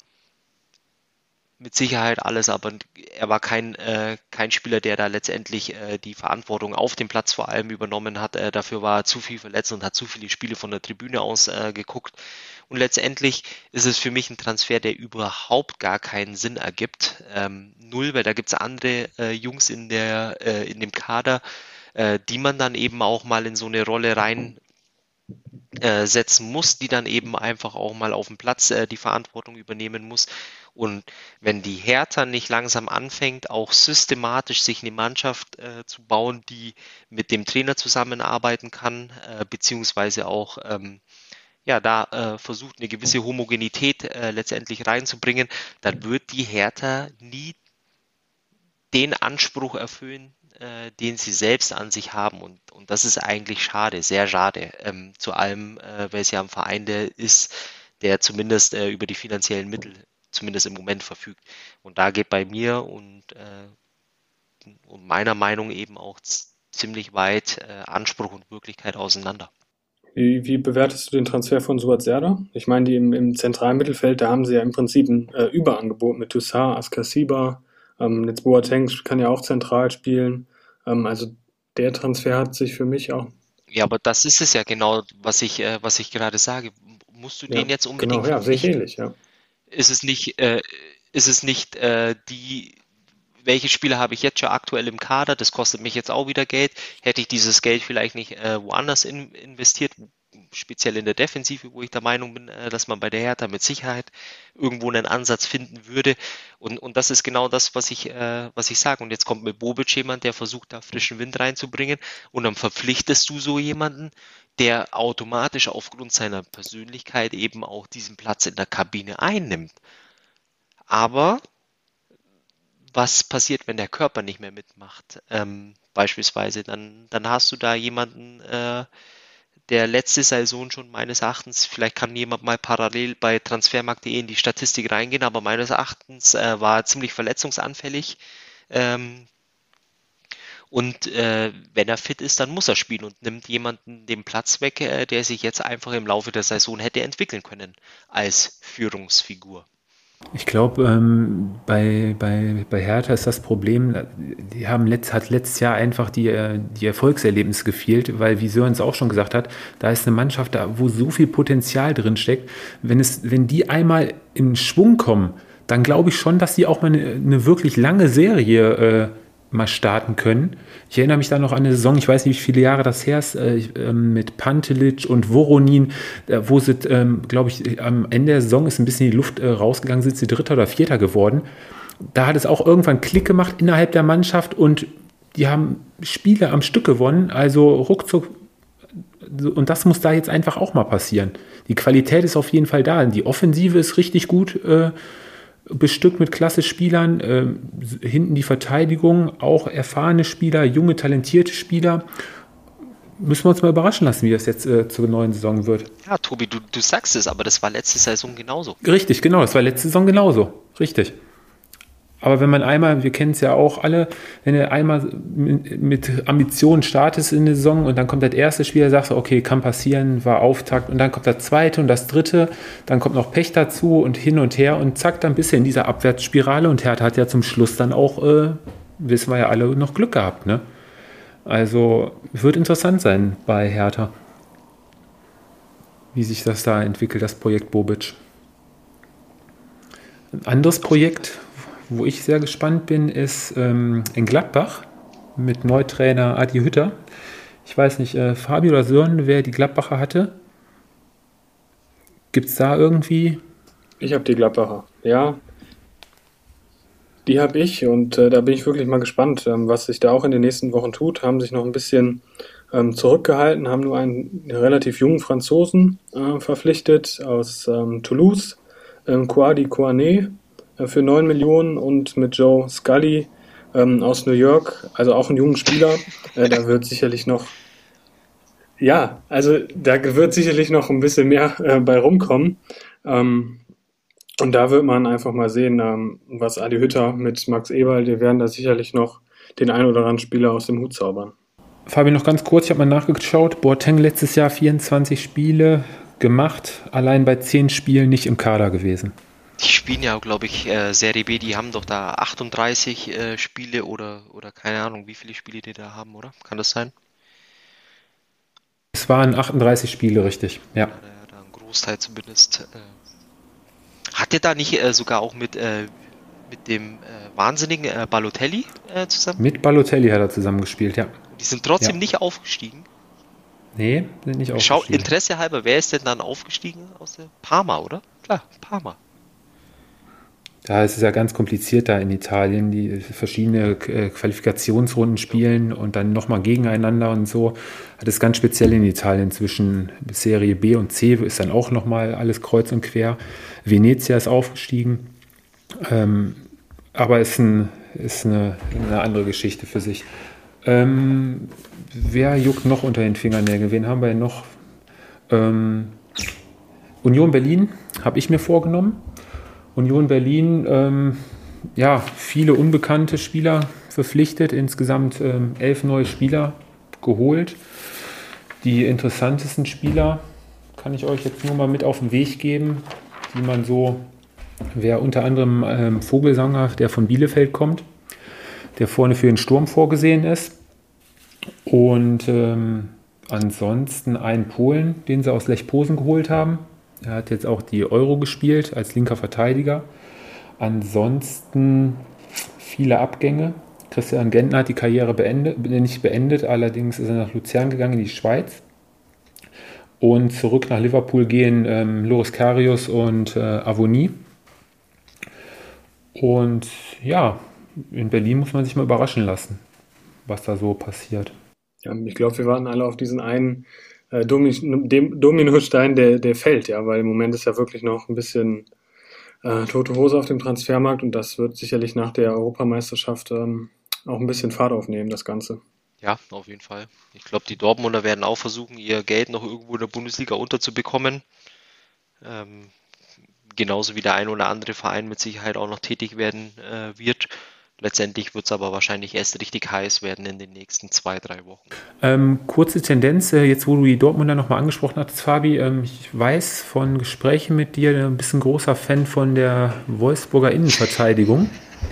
Mit Sicherheit alles, aber er war kein, äh, kein Spieler, der da letztendlich äh, die Verantwortung auf dem Platz vor allem übernommen hat. Äh, dafür war er zu viel verletzt und hat zu viele Spiele von der Tribüne aus äh, geguckt. Und letztendlich ist es für mich ein Transfer, der überhaupt gar keinen Sinn ergibt. Ähm, null, weil da gibt es andere äh, Jungs in der, äh, in dem Kader, äh, die man dann eben auch mal in so eine Rolle rein äh, setzen muss, die dann eben einfach auch mal auf dem Platz äh, die Verantwortung übernehmen muss. Und wenn die Hertha nicht langsam anfängt, auch systematisch sich eine Mannschaft äh, zu bauen, die mit dem Trainer zusammenarbeiten kann, äh, beziehungsweise auch ähm, ja, da äh, versucht, eine gewisse Homogenität äh, letztendlich reinzubringen, dann wird die Hertha nie den Anspruch erfüllen, äh, den sie selbst an sich haben. Und, und das ist eigentlich schade, sehr schade. Ähm, zu allem, äh, weil es ja ein Verein der ist, der zumindest äh, über die finanziellen Mittel zumindest im Moment verfügt. Und da geht bei mir und, äh, und meiner Meinung eben auch z- ziemlich weit äh, Anspruch und Wirklichkeit auseinander. Wie, wie bewertest du den Transfer von Suat Serdar? Ich meine, die im, im zentralen Mittelfeld, da haben sie ja im Prinzip ein äh, Überangebot mit Toussaint, Askasiba, ähm, jetzt Boateng kann ja auch zentral spielen. Ähm, also der Transfer hat sich für mich auch, Ja, aber das ist es ja genau, was ich, äh, was ich gerade sage. Musst du ja, den jetzt genau, unbedingt ja, sehe ich verpflichten? ähnlich, ja. Ist es nicht, äh, ist es nicht äh, die, welche Spieler habe ich jetzt schon aktuell im Kader? Das kostet mich jetzt auch wieder Geld. Hätte ich dieses Geld vielleicht nicht äh, woanders in, investiert, speziell in der Defensive, wo ich der Meinung bin, äh, dass man bei der Hertha mit Sicherheit irgendwo einen Ansatz finden würde. Und, und das ist genau das, was ich, äh, was ich sage. Und jetzt kommt mit Bobic jemand, der versucht, da frischen Wind reinzubringen. Und dann verpflichtest du so jemanden, der automatisch aufgrund seiner Persönlichkeit eben auch diesen Platz in der Kabine einnimmt. Aber was passiert, wenn der Körper nicht mehr mitmacht? Ähm, beispielsweise, dann, dann hast du da jemanden, äh, der letzte Saison schon meines Erachtens, vielleicht kann jemand mal parallel bei transfermarkt punkt de in die Statistik reingehen, aber meines Erachtens äh, war er ziemlich verletzungsanfällig. Ähm, und äh, wenn er fit ist, dann muss er spielen und nimmt jemanden den Platz weg, äh, der sich jetzt einfach im Laufe der Saison hätte entwickeln können als Führungsfigur. Ich glaube, ähm, bei, bei, bei Hertha ist das Problem, die haben letzt, hat letztes Jahr einfach die, äh, die Erfolgserlebnisse gefehlt, weil, wie Sören es auch schon gesagt hat, da ist eine Mannschaft, da, wo so viel Potenzial drin steckt. Wenn, es, wenn die einmal in Schwung kommen, dann glaube ich schon, dass die auch mal eine, eine wirklich lange Serie äh, mal starten können. Ich erinnere mich da noch an eine Saison, ich weiß nicht, wie viele Jahre das her ist, äh, mit Pantelic und Voronin, äh, wo sie, ähm, glaube ich, am Ende der Saison ist ein bisschen die Luft äh, rausgegangen, sind sie Dritter oder Vierter geworden. Da hat es auch irgendwann Klick gemacht innerhalb der Mannschaft und die haben Spiele am Stück gewonnen, also ruckzuck. Und das muss da jetzt einfach auch mal passieren. Die Qualität ist auf jeden Fall da. Die Offensive ist richtig gut äh, bestückt mit Klasse-Spielern, äh, hinten die Verteidigung, auch erfahrene Spieler, junge, talentierte Spieler. Müssen wir uns mal überraschen lassen, wie das jetzt äh, zur neuen Saison wird. Ja, Tobi, du, du sagst es, aber das war letzte Saison genauso. Richtig, genau, das war letzte Saison genauso. Richtig. Aber wenn man einmal, wir kennen es ja auch alle, wenn du einmal mit Ambitionen startest in der Saison und dann kommt das erste Spiel, da sagst du, okay, kann passieren, war Auftakt und dann kommt das zweite und das dritte, dann kommt noch Pech dazu und hin und her und zack, dann bist du in dieser Abwärtsspirale und Hertha hat ja zum Schluss dann auch, äh, wissen wir ja alle, noch Glück gehabt, ne? Also wird interessant sein bei Hertha. wie sich das da entwickelt, das Projekt Bobic. Ein anderes Projekt, wo ich sehr gespannt bin, ist ähm, in Gladbach mit Neutrainer Adi Hütter. Ich weiß nicht, äh, Fabi oder Sören, wer die Gladbacher hatte? Gibt es da irgendwie? Ich habe die Gladbacher, ja. Die habe ich und äh, da bin ich wirklich mal gespannt, ähm, was sich da auch in den nächsten Wochen tut. Haben sich noch ein bisschen ähm, zurückgehalten, haben nur einen relativ jungen Franzosen äh, verpflichtet aus ähm, Toulouse, ähm, Kouadi Kouané äh, für neun Millionen und mit Joe Scully ähm, aus New York, also auch ein junger Spieler. Äh, da wird sicherlich noch, ja, also da wird sicherlich noch ein bisschen mehr äh, bei rumkommen. Ähm, Und da wird man einfach mal sehen, ähm, was Adi Hütter mit Max Eberl, die werden da sicherlich noch den einen oder anderen Spieler aus dem Hut zaubern. Fabi, noch ganz kurz, ich habe mal nachgeschaut. Boateng letztes Jahr vierundzwanzig Spiele gemacht, allein bei zehn Spielen nicht im Kader gewesen. Die spielen ja, glaube ich, äh, Serie B, die haben doch da achtunddreißig äh, Spiele oder, oder keine Ahnung, wie viele Spiele die da haben, oder? Kann das sein? Es waren achtunddreißig Spiele, richtig, ja. Oder da ein Großteil zumindest. Äh, Hat der da nicht äh, sogar auch mit, äh, mit dem äh, wahnsinnigen äh, Balotelli äh, zusammen? Mit Balotelli hat er zusammengespielt, ja. Die sind trotzdem Ja. nicht aufgestiegen. Nee, sind nicht Schau, aufgestiegen. Interesse halber, wer ist denn dann aufgestiegen aus der Parma, oder? Klar, Parma. Da ist es ja ganz kompliziert da in Italien, die verschiedene äh, Qualifikationsrunden spielen und dann nochmal gegeneinander und so. Das ist ganz speziell in Italien zwischen Serie B und C, ist dann auch nochmal alles kreuz und quer. Venezia ist aufgestiegen, ähm, aber ist, ein, ist eine, eine andere Geschichte für sich. Ähm, wer juckt noch unter den Fingernägeln? Wen haben wir denn noch? Ähm, Union Berlin habe ich mir vorgenommen. Union Berlin, ähm, ja, viele unbekannte Spieler verpflichtet, insgesamt ähm, elf neue Spieler geholt. Die interessantesten Spieler kann ich euch jetzt nur mal mit auf den Weg geben, die man so, wer unter anderem ähm, Vogelsanger, der von Bielefeld kommt, der vorne für den Sturm vorgesehen ist. Und ähm, ansonsten einen Polen, den sie aus Lech Posen geholt haben. Er hat jetzt auch die Euro gespielt als linker Verteidiger. Ansonsten viele Abgänge. Christian Gentner hat die Karriere beendet, nicht beendet, allerdings ist er nach Luzern gegangen in die Schweiz. Und zurück nach Liverpool gehen ähm, Loris Karius und äh, Avoni. Und ja, in Berlin muss man sich mal überraschen lassen, was da so passiert. Ja, ich glaube, wir warten alle auf diesen einen äh, Domin- dem Dominostein, der, der fällt, ja, weil im Moment ist ja wirklich noch ein bisschen äh, tote Hose auf dem Transfermarkt und das wird sicherlich nach der Europameisterschaft ähm, auch ein bisschen Fahrt aufnehmen, das Ganze. Ja, auf jeden Fall. Ich glaube, die Dortmunder werden auch versuchen, ihr Geld noch irgendwo in der Bundesliga unterzubekommen. Ähm, genauso wie der ein oder andere Verein mit Sicherheit auch noch tätig werden äh, wird. Letztendlich wird es aber wahrscheinlich erst richtig heiß werden in den nächsten zwei, drei Wochen. Ähm, kurze Tendenz, äh, jetzt wo du die Dortmunder nochmal angesprochen hattest, Fabi, ähm, ich weiß von Gesprächen mit dir, du bist ein großer Fan von der Wolfsburger Innenverteidigung.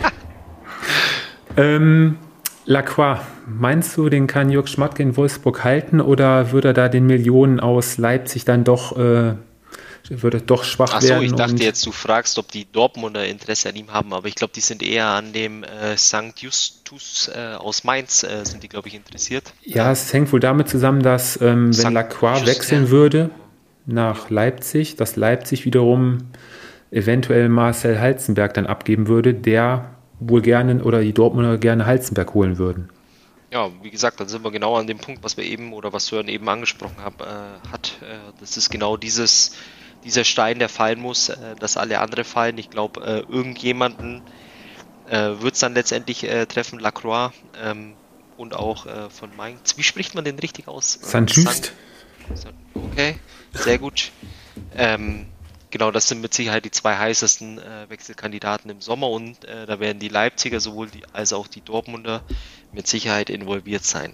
ähm, Lacroix, meinst du, den kann Jörg Schmatke in Wolfsburg halten oder würde er da den Millionen aus Leipzig dann doch, äh, würde doch schwach Ach so, werden? ich dachte und jetzt, du fragst, ob die Dortmunder Interesse an ihm haben, aber ich glaube, die sind eher an dem äh, Sankt Justus äh, aus Mainz, äh, sind die, glaube ich, interessiert. Ja, es hängt wohl damit zusammen, dass ähm, wenn Sankt Lacroix Justin. wechseln würde nach Leipzig, dass Leipzig wiederum eventuell Marcel Halzenberg dann abgeben würde, der wohl gerne oder die Dortmunder gerne Halzenberg holen würden. Ja, wie gesagt, dann sind wir genau an dem Punkt, was wir eben oder was Sören eben angesprochen hab, äh, hat. Äh, das ist genau dieses, dieser Stein, der fallen muss, äh, dass alle andere fallen. Ich glaube, äh, irgendjemanden äh, wird es dann letztendlich äh, treffen, Lacroix ähm, und auch äh, von Mainz. Wie spricht man den richtig aus? Sankt Just. Okay, sehr gut. Ähm, genau, das sind mit Sicherheit die zwei heißesten äh, Wechselkandidaten im Sommer und äh, da werden die Leipziger sowohl die, als auch die Dortmunder mit Sicherheit involviert sein.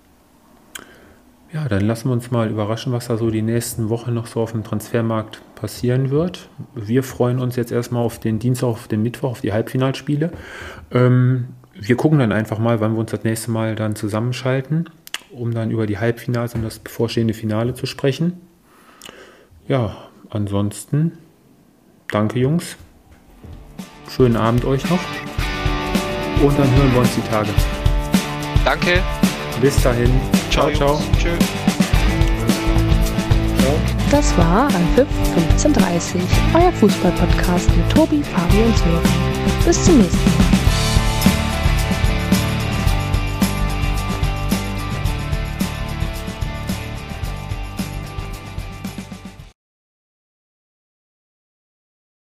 Ja, dann lassen wir uns mal überraschen, was da so die nächsten Wochen noch so auf dem Transfermarkt passieren wird. Wir freuen uns jetzt erstmal auf den Dienstag, auf den Mittwoch, auf die Halbfinalspiele. Ähm, wir gucken dann einfach mal, wann wir uns das nächste Mal dann zusammenschalten, um dann über die Halbfinals und das bevorstehende Finale zu sprechen. Ja, ansonsten danke, Jungs. Schönen Abend euch noch. Und dann hören wir uns die Tage. Danke. Bis dahin. Ciao, Ciao, ciao. Tschö. Das war Anpfiff fünfzehn Uhr dreißig, euer Fußball-Podcast mit Tobi, Fabi und Sören. Bis zum nächsten Mal.